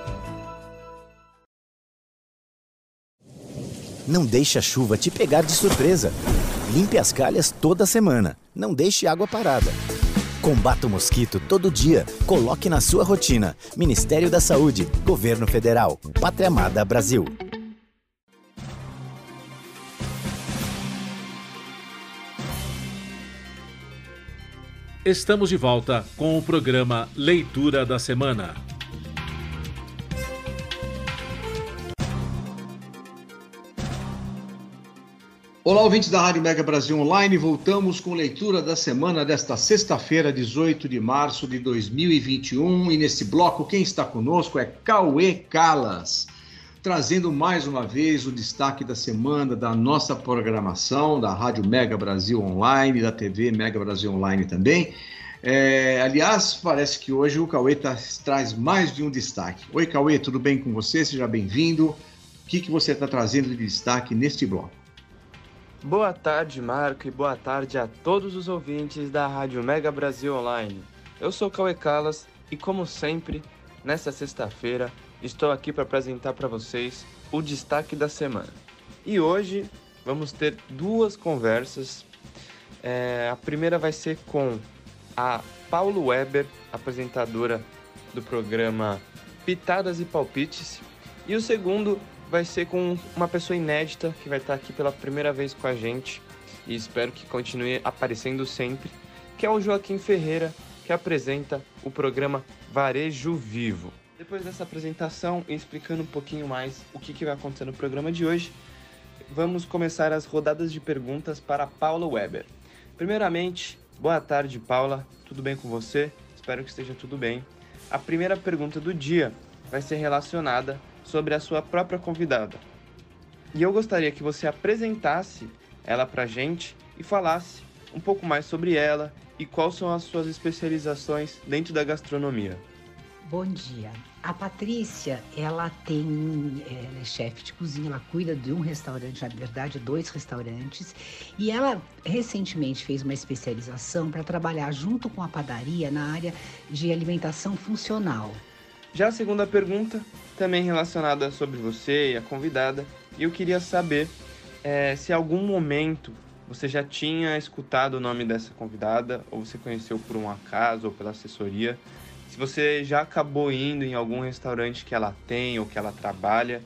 Não deixe a chuva te pegar de surpresa. Limpe as calhas toda semana. Não deixe água parada. Combata o mosquito todo dia. Coloque na sua rotina. Ministério da Saúde, Governo Federal, Pátria Amada Brasil. Estamos de volta com o programa Leitura da Semana. Olá, ouvintes da Rádio Mega Brasil Online. Voltamos com leitura da semana desta sexta-feira, dezoito de março de dois mil e vinte e um. E nesse bloco, quem está conosco é Cauê Calas, trazendo mais uma vez o destaque da semana da nossa programação, da Rádio Mega Brasil Online, da T V Mega Brasil Online também. É, aliás, parece que hoje o Cauê tá, traz mais de um destaque. Oi, Cauê, tudo bem com você? Seja bem-vindo. O que, que você está trazendo de destaque neste bloco? Boa tarde, Marco, e boa tarde a todos os ouvintes da Rádio Mega Brasil Online. Eu sou Cauê Calas e, como sempre, nesta sexta-feira, estou aqui para apresentar para vocês o destaque da semana. E hoje vamos ter duas conversas É, a primeira vai ser com a Paulo Weber, apresentadora do programa Pitadas e Palpites. E o segundo vai ser com uma pessoa inédita que vai estar aqui pela primeira vez com a gente e espero que continue aparecendo sempre, que é o Joaquim Ferreira, que apresenta o programa Varejo Vivo. Depois dessa apresentação e explicando um pouquinho mais o que, que vai acontecer no programa de hoje, vamos começar as rodadas de perguntas para Paula Weber. Primeiramente, boa tarde, Paula. Tudo bem com você? Espero que esteja tudo bem. A primeira pergunta do dia vai ser relacionada sobre a sua própria convidada. E eu gostaria que você apresentasse ela para a gente e falasse um pouco mais sobre ela e quais são as suas especializações dentro da gastronomia. Bom dia. A Patrícia, ela tem, ela é chefe de cozinha, ela cuida de um restaurante, na verdade, dois restaurantes, e ela recentemente fez uma especialização para trabalhar junto com a padaria na área de alimentação funcional. Já a segunda pergunta, também relacionada sobre você e a convidada, eu queria saber é, se em algum momento você já tinha escutado o nome dessa convidada, ou você conheceu por um acaso ou pela assessoria, se você já acabou indo em algum restaurante que ela tem ou que ela trabalha,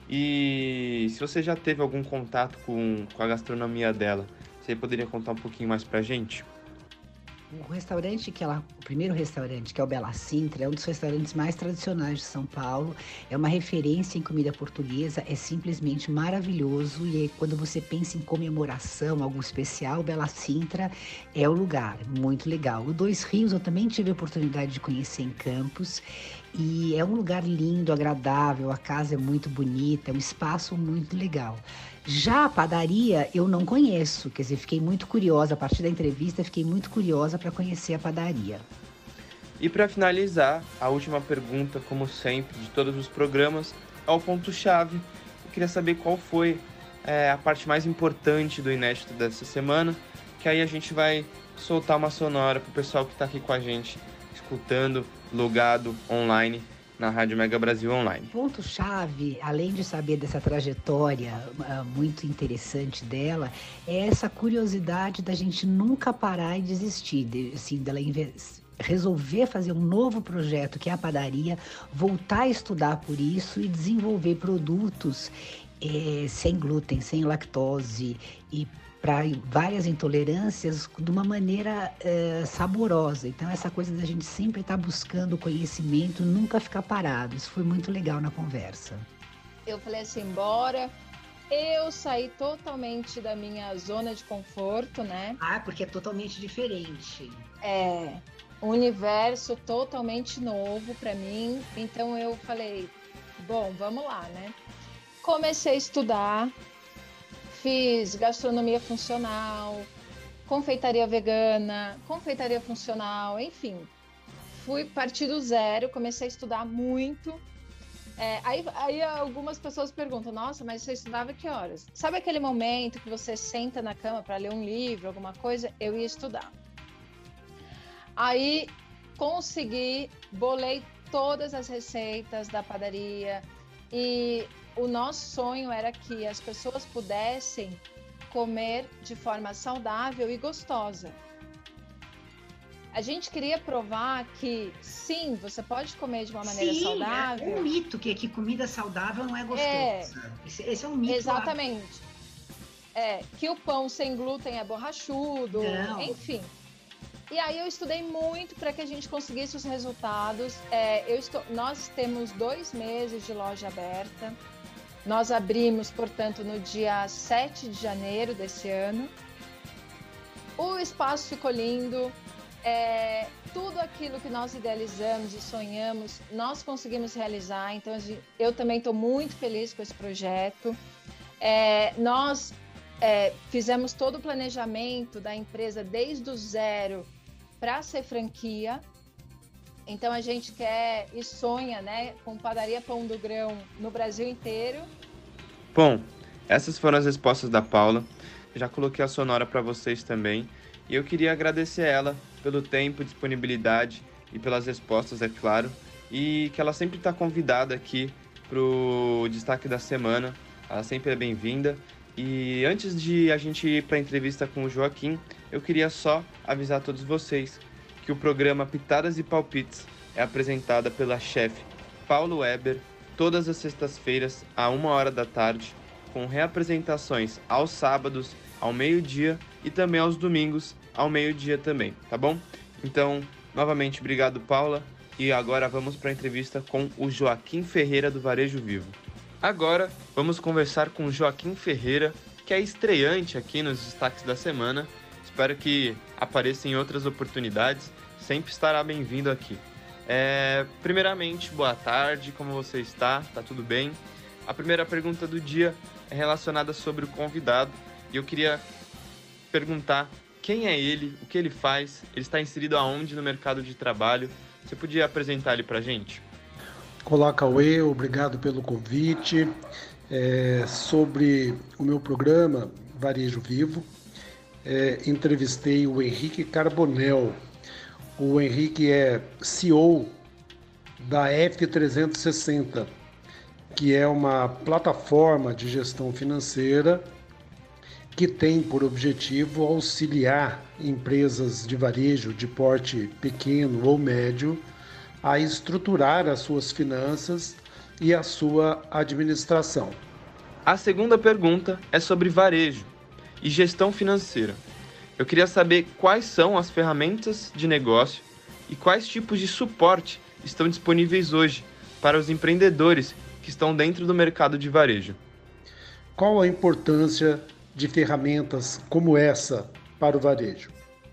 e se você já teve algum contato com, com a gastronomia dela, você poderia contar um pouquinho mais pra gente? O restaurante que ela, o primeiro restaurante, que é o Bela Sintra, é um dos restaurantes mais tradicionais de São Paulo, é uma referência em comida portuguesa, é simplesmente maravilhoso e quando você pensa em comemoração, algo especial, o Bela Sintra é o lugar, muito legal. O Dois Rios eu também tive a oportunidade de conhecer em Campos e é um lugar lindo, agradável, a casa é muito bonita, é um espaço muito legal. Já a padaria eu não conheço, quer dizer, fiquei muito curiosa, a partir da entrevista fiquei muito curiosa para conhecer a padaria. E para finalizar, a última pergunta, como sempre, de todos os programas, é o ponto-chave. Eu queria saber qual foi é, a parte mais importante do Inédito dessa semana, que aí a gente vai soltar uma sonora para o pessoal que está aqui com a gente, escutando, logado, online, na Rádio Mega Brasil Online. Ponto-chave, além de saber dessa trajetória uh, muito interessante dela, é essa curiosidade da gente nunca parar e desistir, de, assim, dela invés resolver fazer um novo projeto, que é a padaria, voltar a estudar por isso e desenvolver produtos é, sem glúten, sem lactose e para várias intolerâncias de uma maneira é, saborosa. Então, essa coisa da gente sempre estar tá buscando conhecimento, nunca ficar parado. Isso foi muito legal na conversa. Eu falei assim, bora. Eu saí totalmente da minha zona de conforto, né? Ah, porque é totalmente diferente. É, um universo totalmente novo para mim. Então, eu falei, bom, vamos lá, né? Comecei a estudar. Fiz gastronomia funcional, confeitaria vegana, confeitaria funcional, enfim. Fui partir do zero, comecei a estudar muito. É, aí, aí algumas pessoas perguntam, nossa, mas você estudava que horas? Sabe aquele momento que você senta na cama para ler um livro, alguma coisa? Eu ia estudar. Aí consegui, bolei todas as receitas da padaria e o nosso sonho era que as pessoas pudessem comer de forma saudável e gostosa. A gente queria provar que, sim, você pode comer de uma maneira sim, saudável. É um mito que, que comida saudável não é gostosa. É, esse, esse é um mito. Exatamente. É, que o pão sem glúten é borrachudo, não. Enfim. E aí eu estudei muito para que a gente conseguisse os resultados. É, eu estou, nós temos dois meses de loja aberta. Nós abrimos, portanto, no dia sete de janeiro desse ano. O espaço ficou lindo. É, tudo aquilo que nós idealizamos e sonhamos, nós conseguimos realizar. Então, eu também estou muito feliz com esse projeto. É, nós é, fizemos todo o planejamento da empresa desde o zero para ser franquia. Então a gente quer e sonha, né, com padaria Pão do Grão no Brasil inteiro. Bom, essas foram as respostas da Paula. Já coloquei a sonora para vocês também. E eu queria agradecer a ela pelo tempo, disponibilidade e pelas respostas, é claro. E que ela sempre está convidada aqui para o Destaque da Semana. Ela sempre é bem-vinda. E antes de a gente ir para a entrevista com o Joaquim, eu queria só avisar a todos vocês que o programa Pitadas e Palpites é apresentada pela chefe Paulo Weber todas as sextas-feiras, à uma hora da tarde, com reapresentações aos sábados, ao meio-dia e também aos domingos, ao meio-dia também, tá bom? Então, novamente, obrigado, Paula. E agora vamos para a entrevista com o Joaquim Ferreira, do Varejo Vivo. Agora, vamos conversar com o Joaquim Ferreira, que é estreante aqui nos destaques da semana. Espero que apareça em outras oportunidades. Sempre estará bem-vindo aqui. É, primeiramente, boa tarde, como você está? Tá tudo bem? A primeira pergunta do dia é relacionada sobre o convidado e eu queria perguntar quem é ele, o que ele faz, ele está inserido aonde no mercado de trabalho. Você podia apresentar ele para a gente? Olá, Cauê, obrigado pelo convite. É, sobre o meu programa Varejo Vivo, é, entrevistei o Henrique Carbonel. O Henrique é C E O da F trezentos e sessenta, que é uma plataforma de gestão financeira que tem por objetivo auxiliar empresas de varejo de porte pequeno ou médio a estruturar as suas finanças e a sua administração. A segunda pergunta é sobre varejo e gestão financeira. Eu queria saber quais são as ferramentas de negócio e quais tipos de suporte estão disponíveis hoje para os empreendedores que estão dentro do mercado de varejo. Qual a importância de ferramentas como essa para o varejo?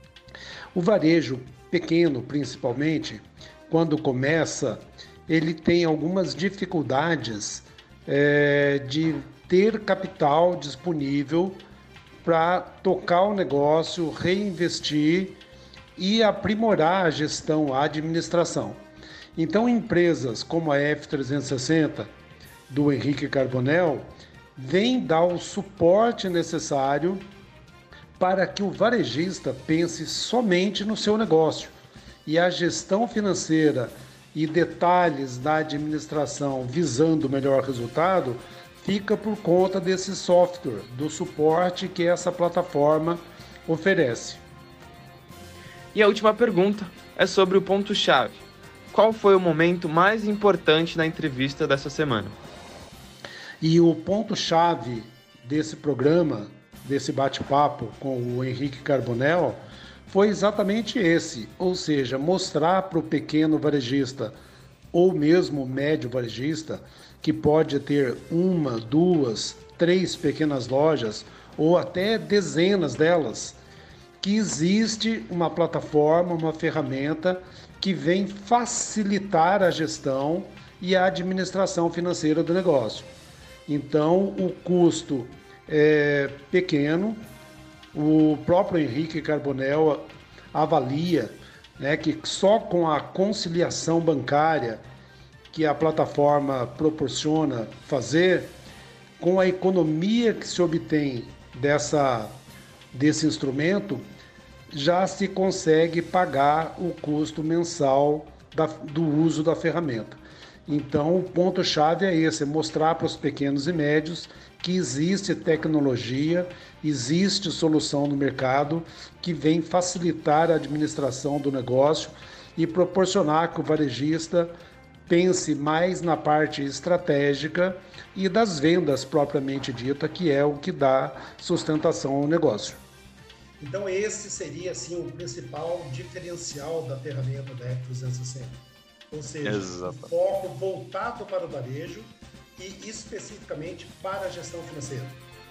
O varejo pequeno, principalmente, quando começa, ele tem algumas dificuldades é, de ter capital disponível para tocar o negócio, reinvestir e aprimorar a gestão, a administração. Então, empresas como a F trezentos e sessenta, do Henrique Carbonel, vem dar o suporte necessário para que o varejista pense somente no seu negócio. E a gestão financeira e detalhes da administração visando o melhor resultado fica por conta desse software, do suporte que essa plataforma oferece. E a última pergunta é sobre o ponto-chave. Qual foi o momento mais importante na entrevista dessa semana? E o ponto-chave desse programa, desse bate-papo com o Henrique Carbonel, foi exatamente esse, ou seja, mostrar para o pequeno varejista ou mesmo médio varejista, que pode ter uma, duas, três pequenas lojas ou até dezenas delas, que existe uma plataforma, uma ferramenta que vem facilitar a gestão e a administração financeira do negócio. Então, o custo é pequeno. O próprio Henrique Carbonel avalia, né, que só com a conciliação bancária que a plataforma proporciona fazer, com a economia que se obtém dessa, desse instrumento, já se consegue pagar o custo mensal da, do uso da ferramenta. Então, o ponto-chave é esse, é mostrar para os pequenos e médios que existe tecnologia, existe solução no mercado que vem facilitar a administração do negócio e proporcionar que o varejista pense mais na parte estratégica e das vendas propriamente dita, que é o que dá sustentação ao negócio. Então esse seria assim o principal diferencial da ferramenta da F trezentos e sessenta. Ou seja, Exato. O foco voltado para o varejo e especificamente para a gestão financeira.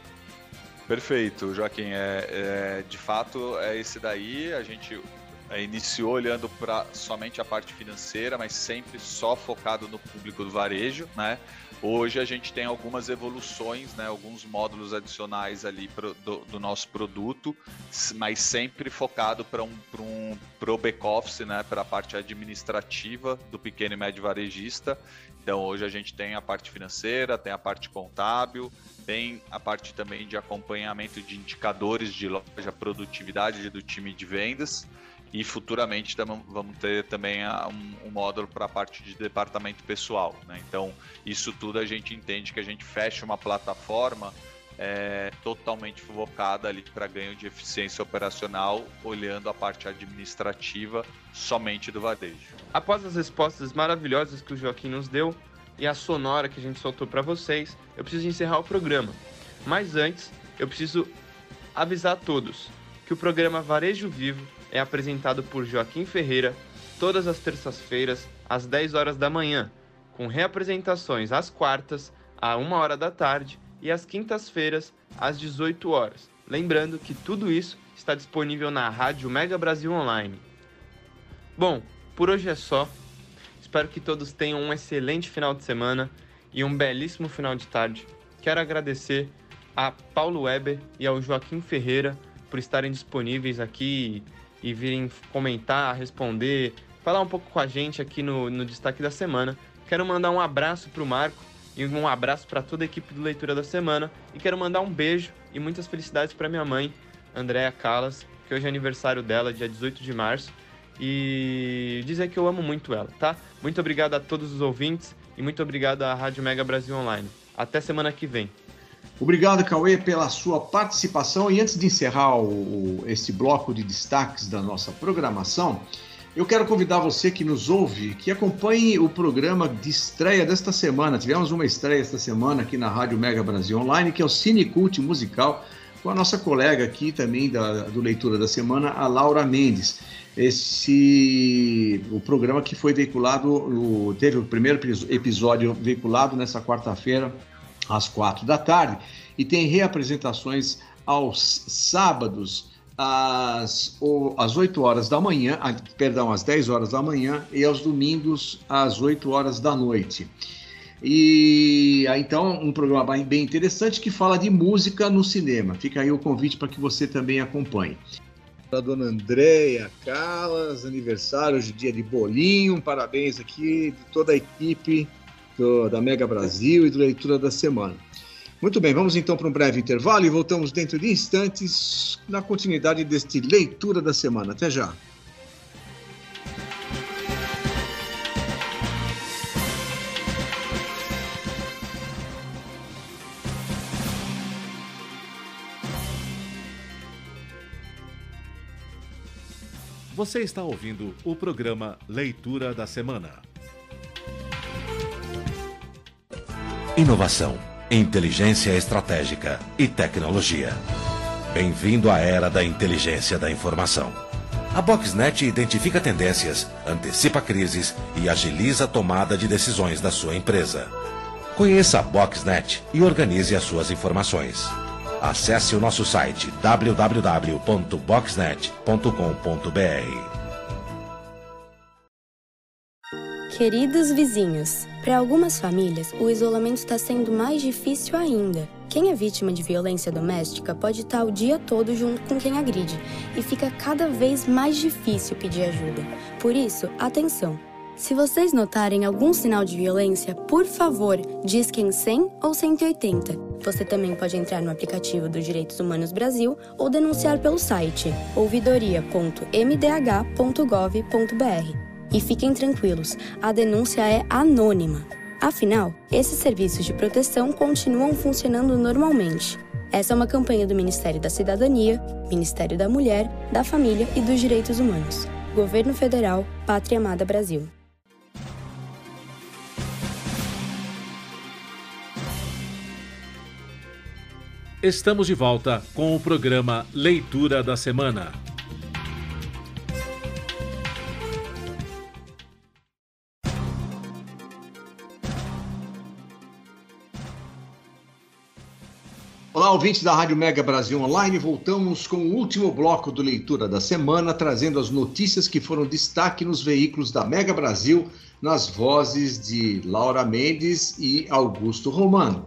Perfeito, Joaquim. É, é, de fato, é esse daí. A gente é, iniciou olhando para somente a parte financeira, mas sempre só focado no público do varejo, né? Hoje a gente tem algumas evoluções, né, alguns módulos adicionais ali pro, do, do nosso produto, mas sempre focado para um, um, o back-office, né, para a parte administrativa do pequeno e médio varejista. Então hoje a gente tem a parte financeira, tem a parte contábil, tem a parte também de acompanhamento de indicadores de loja, produtividade do time de vendas. E futuramente também vamos ter também um, um módulo para a parte de departamento pessoal, né? Então, isso tudo a gente entende que a gente fecha uma plataforma é, totalmente focada ali para ganho de eficiência operacional, olhando a parte administrativa somente do varejo. Após as respostas maravilhosas que o Joaquim nos deu e a sonora que a gente soltou para vocês, eu preciso encerrar o programa. Mas antes, eu preciso avisar a todos que o programa Varejo Vivo é apresentado por Joaquim Ferreira todas as terças-feiras, às dez horas da manhã, com reapresentações às quartas, à uma hora da tarde, e às quintas-feiras, às dezoito horas. Lembrando que tudo isso está disponível na Rádio Mega Brasil Online. Bom, por hoje é só. Espero que todos tenham um excelente final de semana e um belíssimo final de tarde. Quero agradecer a Paulo Weber e ao Joaquim Ferreira por estarem disponíveis aqui e virem comentar, responder, falar um pouco com a gente aqui no, no Destaque da Semana. Quero mandar um abraço para o Marco e um abraço para toda a equipe do Leitura da Semana. E quero mandar um beijo e muitas felicidades para minha mãe, Andréa Callas, que hoje é aniversário dela, dia dezoito de março. E dizer que eu amo muito ela, tá? Muito obrigado a todos os ouvintes e muito obrigado à Rádio Mega Brasil Online. Até semana que vem. Obrigado, Cauê, pela sua participação. E antes de encerrar o, o, esse bloco de destaques da nossa programação, eu quero convidar você que nos ouve, que acompanhe o programa de estreia desta semana. Tivemos uma estreia esta semana aqui na Rádio Mega Brasil Online, que é o Cine Cult Musical, com a nossa colega aqui também da, do Leitura da Semana, a Laura Mendes. Esse, o programa que foi veiculado, o, teve o primeiro episódio veiculado nessa quarta-feira, às quatro da tarde, e tem reapresentações aos sábados, às, às oito horas da manhã, perdão, às dez horas da manhã, e aos domingos, às oito horas da noite. E então, um programa bem interessante que fala de música no cinema. Fica aí o convite para que você também acompanhe. A dona Andréa Callas, aniversário hoje, dia de bolinho, parabéns aqui de toda a equipe do, da Mega Brasil e do Leitura da Semana. Muito bem, vamos então para um breve intervalo e voltamos dentro de instantes na continuidade deste Leitura da Semana. Até já! Você está ouvindo o programa Leitura da Semana. Inovação, inteligência estratégica e tecnologia. Bem-vindo à era da inteligência da informação. A Boxnet identifica tendências, antecipa crises e agiliza a tomada de decisões da sua empresa. Conheça a Boxnet e organize as suas informações. Acesse o nosso site w w w ponto boxnet ponto com ponto b r. Queridos vizinhos, para algumas famílias, o isolamento está sendo mais difícil ainda. Quem é vítima de violência doméstica pode estar o dia todo junto com quem agride e fica cada vez mais difícil pedir ajuda. Por isso, atenção! Se vocês notarem algum sinal de violência, por favor, disquem cem ou cento e oitenta. Você também pode entrar no aplicativo do Direitos Humanos Brasil ou denunciar pelo site ouvidoria ponto m d h ponto gov ponto b r. E fiquem tranquilos, a denúncia é anônima. Afinal, esses serviços de proteção continuam funcionando normalmente. Essa é uma campanha do Ministério da Cidadania, Ministério da Mulher, da Família e dos Direitos Humanos. Governo Federal, Pátria Amada Brasil. Estamos de volta com o programa Leitura da Semana. Olá, ouvintes da Rádio Mega Brasil Online, voltamos com o último bloco do Leitura da Semana, trazendo as notícias que foram destaque nos veículos da Mega Brasil, nas vozes de Laura Mendes e Augusto Romano.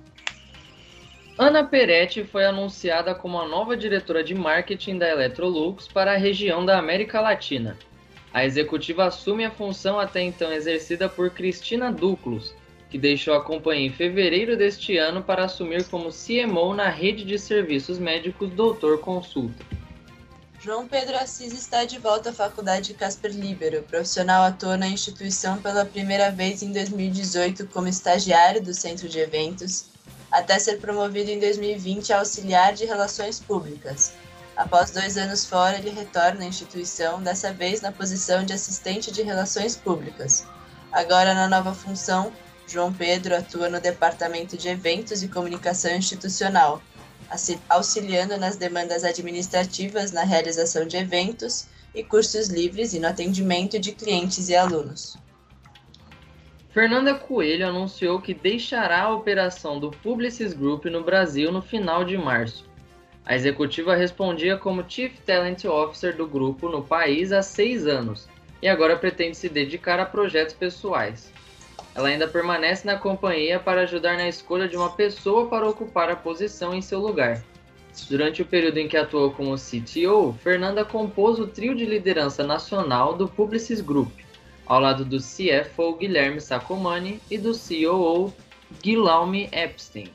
Ana Peretti foi anunciada como a nova diretora de marketing da Electrolux para a região da América Latina. A executiva assume a função até então exercida por Cristina Duclos, que deixou a companhia em fevereiro deste ano para assumir como C M O na rede de serviços médicos Doutor Consulta. João Pedro Assis está de volta à Faculdade Casper Libero. O profissional atuou na instituição pela primeira vez em dois mil e dezoito como estagiário do Centro de Eventos até ser promovido em dois mil e vinte a auxiliar de relações públicas. Após dois anos fora, ele retorna à instituição, dessa vez na posição de assistente de relações públicas. Agora, na nova função, João Pedro atua no Departamento de Eventos e Comunicação Institucional, auxiliando nas demandas administrativas na realização de eventos e cursos livres e no atendimento de clientes e alunos. Fernanda Coelho anunciou que deixará a operação do Publicis Group no Brasil no final de março. A executiva respondia como Chief Talent Officer do grupo no país há seis anos e agora pretende se dedicar a projetos pessoais. Ela ainda permanece na companhia para ajudar na escolha de uma pessoa para ocupar a posição em seu lugar. Durante o período em que atuou como C T O, Fernanda compôs o trio de liderança nacional do Publicis Group, ao lado do C F O Guilherme Sacomani e do C O O Guillaume Epstein.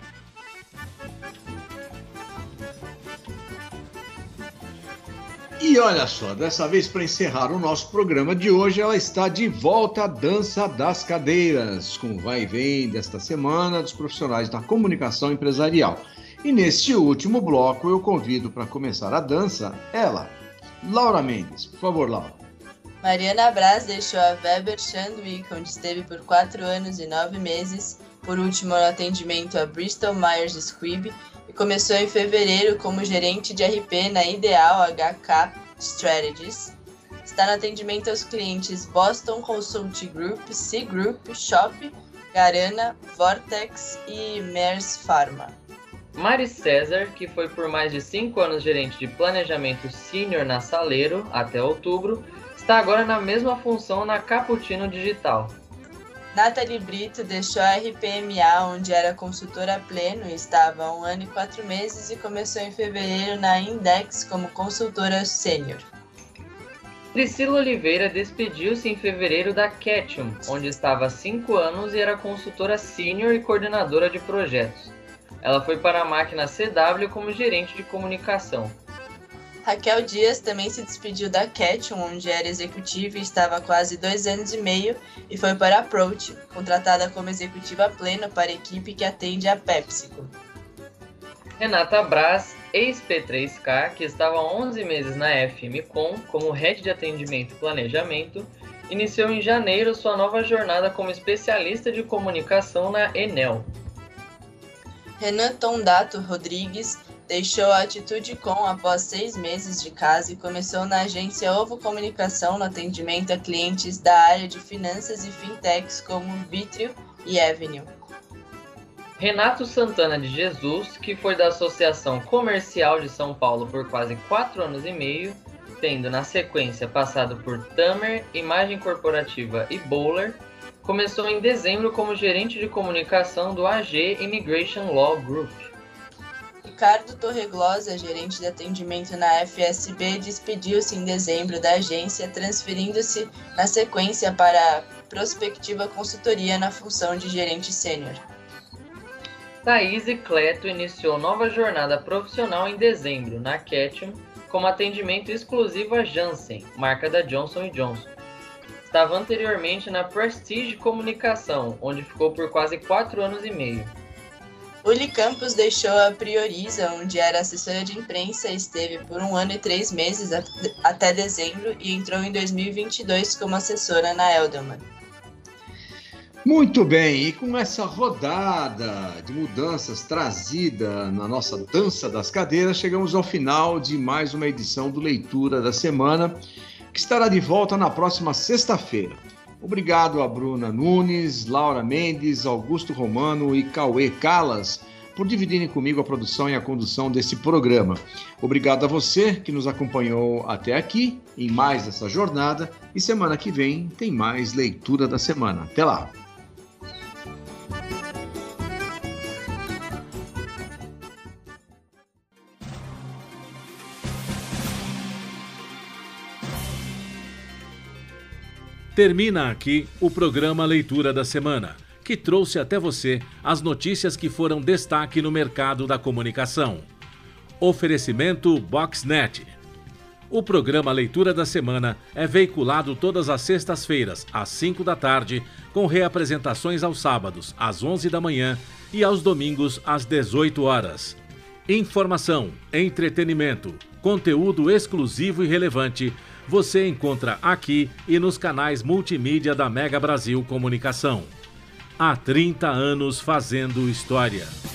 E olha só, dessa vez para encerrar o nosso programa de hoje, ela está de volta à dança das cadeiras, com o vai e vem desta semana dos profissionais da comunicação empresarial. E neste último bloco eu convido para começar a dança ela, Laura Mendes. Por favor, Laura. Mariana Braz deixou a Weber Shandwick, onde esteve por quatro anos e nove meses, por último no atendimento a Bristol Myers Squibb, e começou em fevereiro como gerente de R P na Ideal H K Strategies. Está no atendimento aos clientes Boston Consulting Group, C Group, Shop, Garana, Vortex e Mers Pharma. Mari César, que foi por mais de cinco anos gerente de planejamento sênior na Saleiro até outubro, está agora na mesma função na Cappuccino Digital. Nathalie Brito deixou a R P M A, onde era consultora pleno e estava há um ano e quatro meses, e começou em fevereiro na Index como consultora sênior. Priscila Oliveira despediu-se em fevereiro da Ketchum, onde estava há cinco anos e era consultora sênior e coordenadora de projetos. Ela foi para a máquina C W como gerente de comunicação. Raquel Dias também se despediu da Ketchum, onde era executiva e estava há quase dois anos e meio, e foi para a Approach, contratada como executiva plena para a equipe que atende a PepsiCo. Renata Braz, ex-P três K, que estava há onze meses na F M Com como Head de Atendimento e Planejamento, iniciou em janeiro sua nova jornada como especialista de comunicação na Enel. Renan Tondato Rodrigues deixou a Atitude Com após seis meses de casa e começou na agência Ovo Comunicação no atendimento a clientes da área de finanças e fintechs como Vitrio e Avenue. Renato Santana de Jesus, que foi da Associação Comercial de São Paulo por quase quatro anos e meio, tendo na sequência passado por Tamer, Imagem Corporativa e Bowler, começou em dezembro como gerente de comunicação do A G Immigration Law Group. Ricardo Torreglosa, gerente de atendimento na F S B, despediu-se em dezembro da agência, transferindo-se na sequência para a Prospectiva Consultoria na função de gerente sênior. Thaís Cleto iniciou nova jornada profissional em dezembro na Ketchum como atendimento exclusivo a Janssen, marca da Johnson e Johnson. Estava anteriormente na Prestige Comunicação, onde ficou por quase quatro anos e meio. Uli Campos deixou a Prioriza, onde era assessora de imprensa, esteve por um ano e três meses até dezembro e entrou em dois mil e vinte e dois como assessora na Eldelman. Muito bem, e com essa rodada de mudanças trazida na nossa dança das cadeiras, chegamos ao final de mais uma edição do Leitura da Semana, que estará de volta na próxima sexta-feira. Obrigado a Bruna Nunes, Laura Mendes, Augusto Romano e Cauê Calas por dividirem comigo a produção e a condução desse programa. Obrigado a você que nos acompanhou até aqui em mais essa jornada, e semana que vem tem mais Leitura da Semana. Até lá! Termina aqui o programa Leitura da Semana, que trouxe até você as notícias que foram destaque no mercado da comunicação. Oferecimento Boxnet. O programa Leitura da Semana é veiculado todas as sextas-feiras, às cinco da tarde, com reapresentações aos sábados, às onze da manhã e aos domingos, às dezoito horas. Informação, entretenimento, conteúdo exclusivo e relevante, você encontra aqui e nos canais multimídia da Mega Brasil Comunicação. Há trinta anos fazendo história.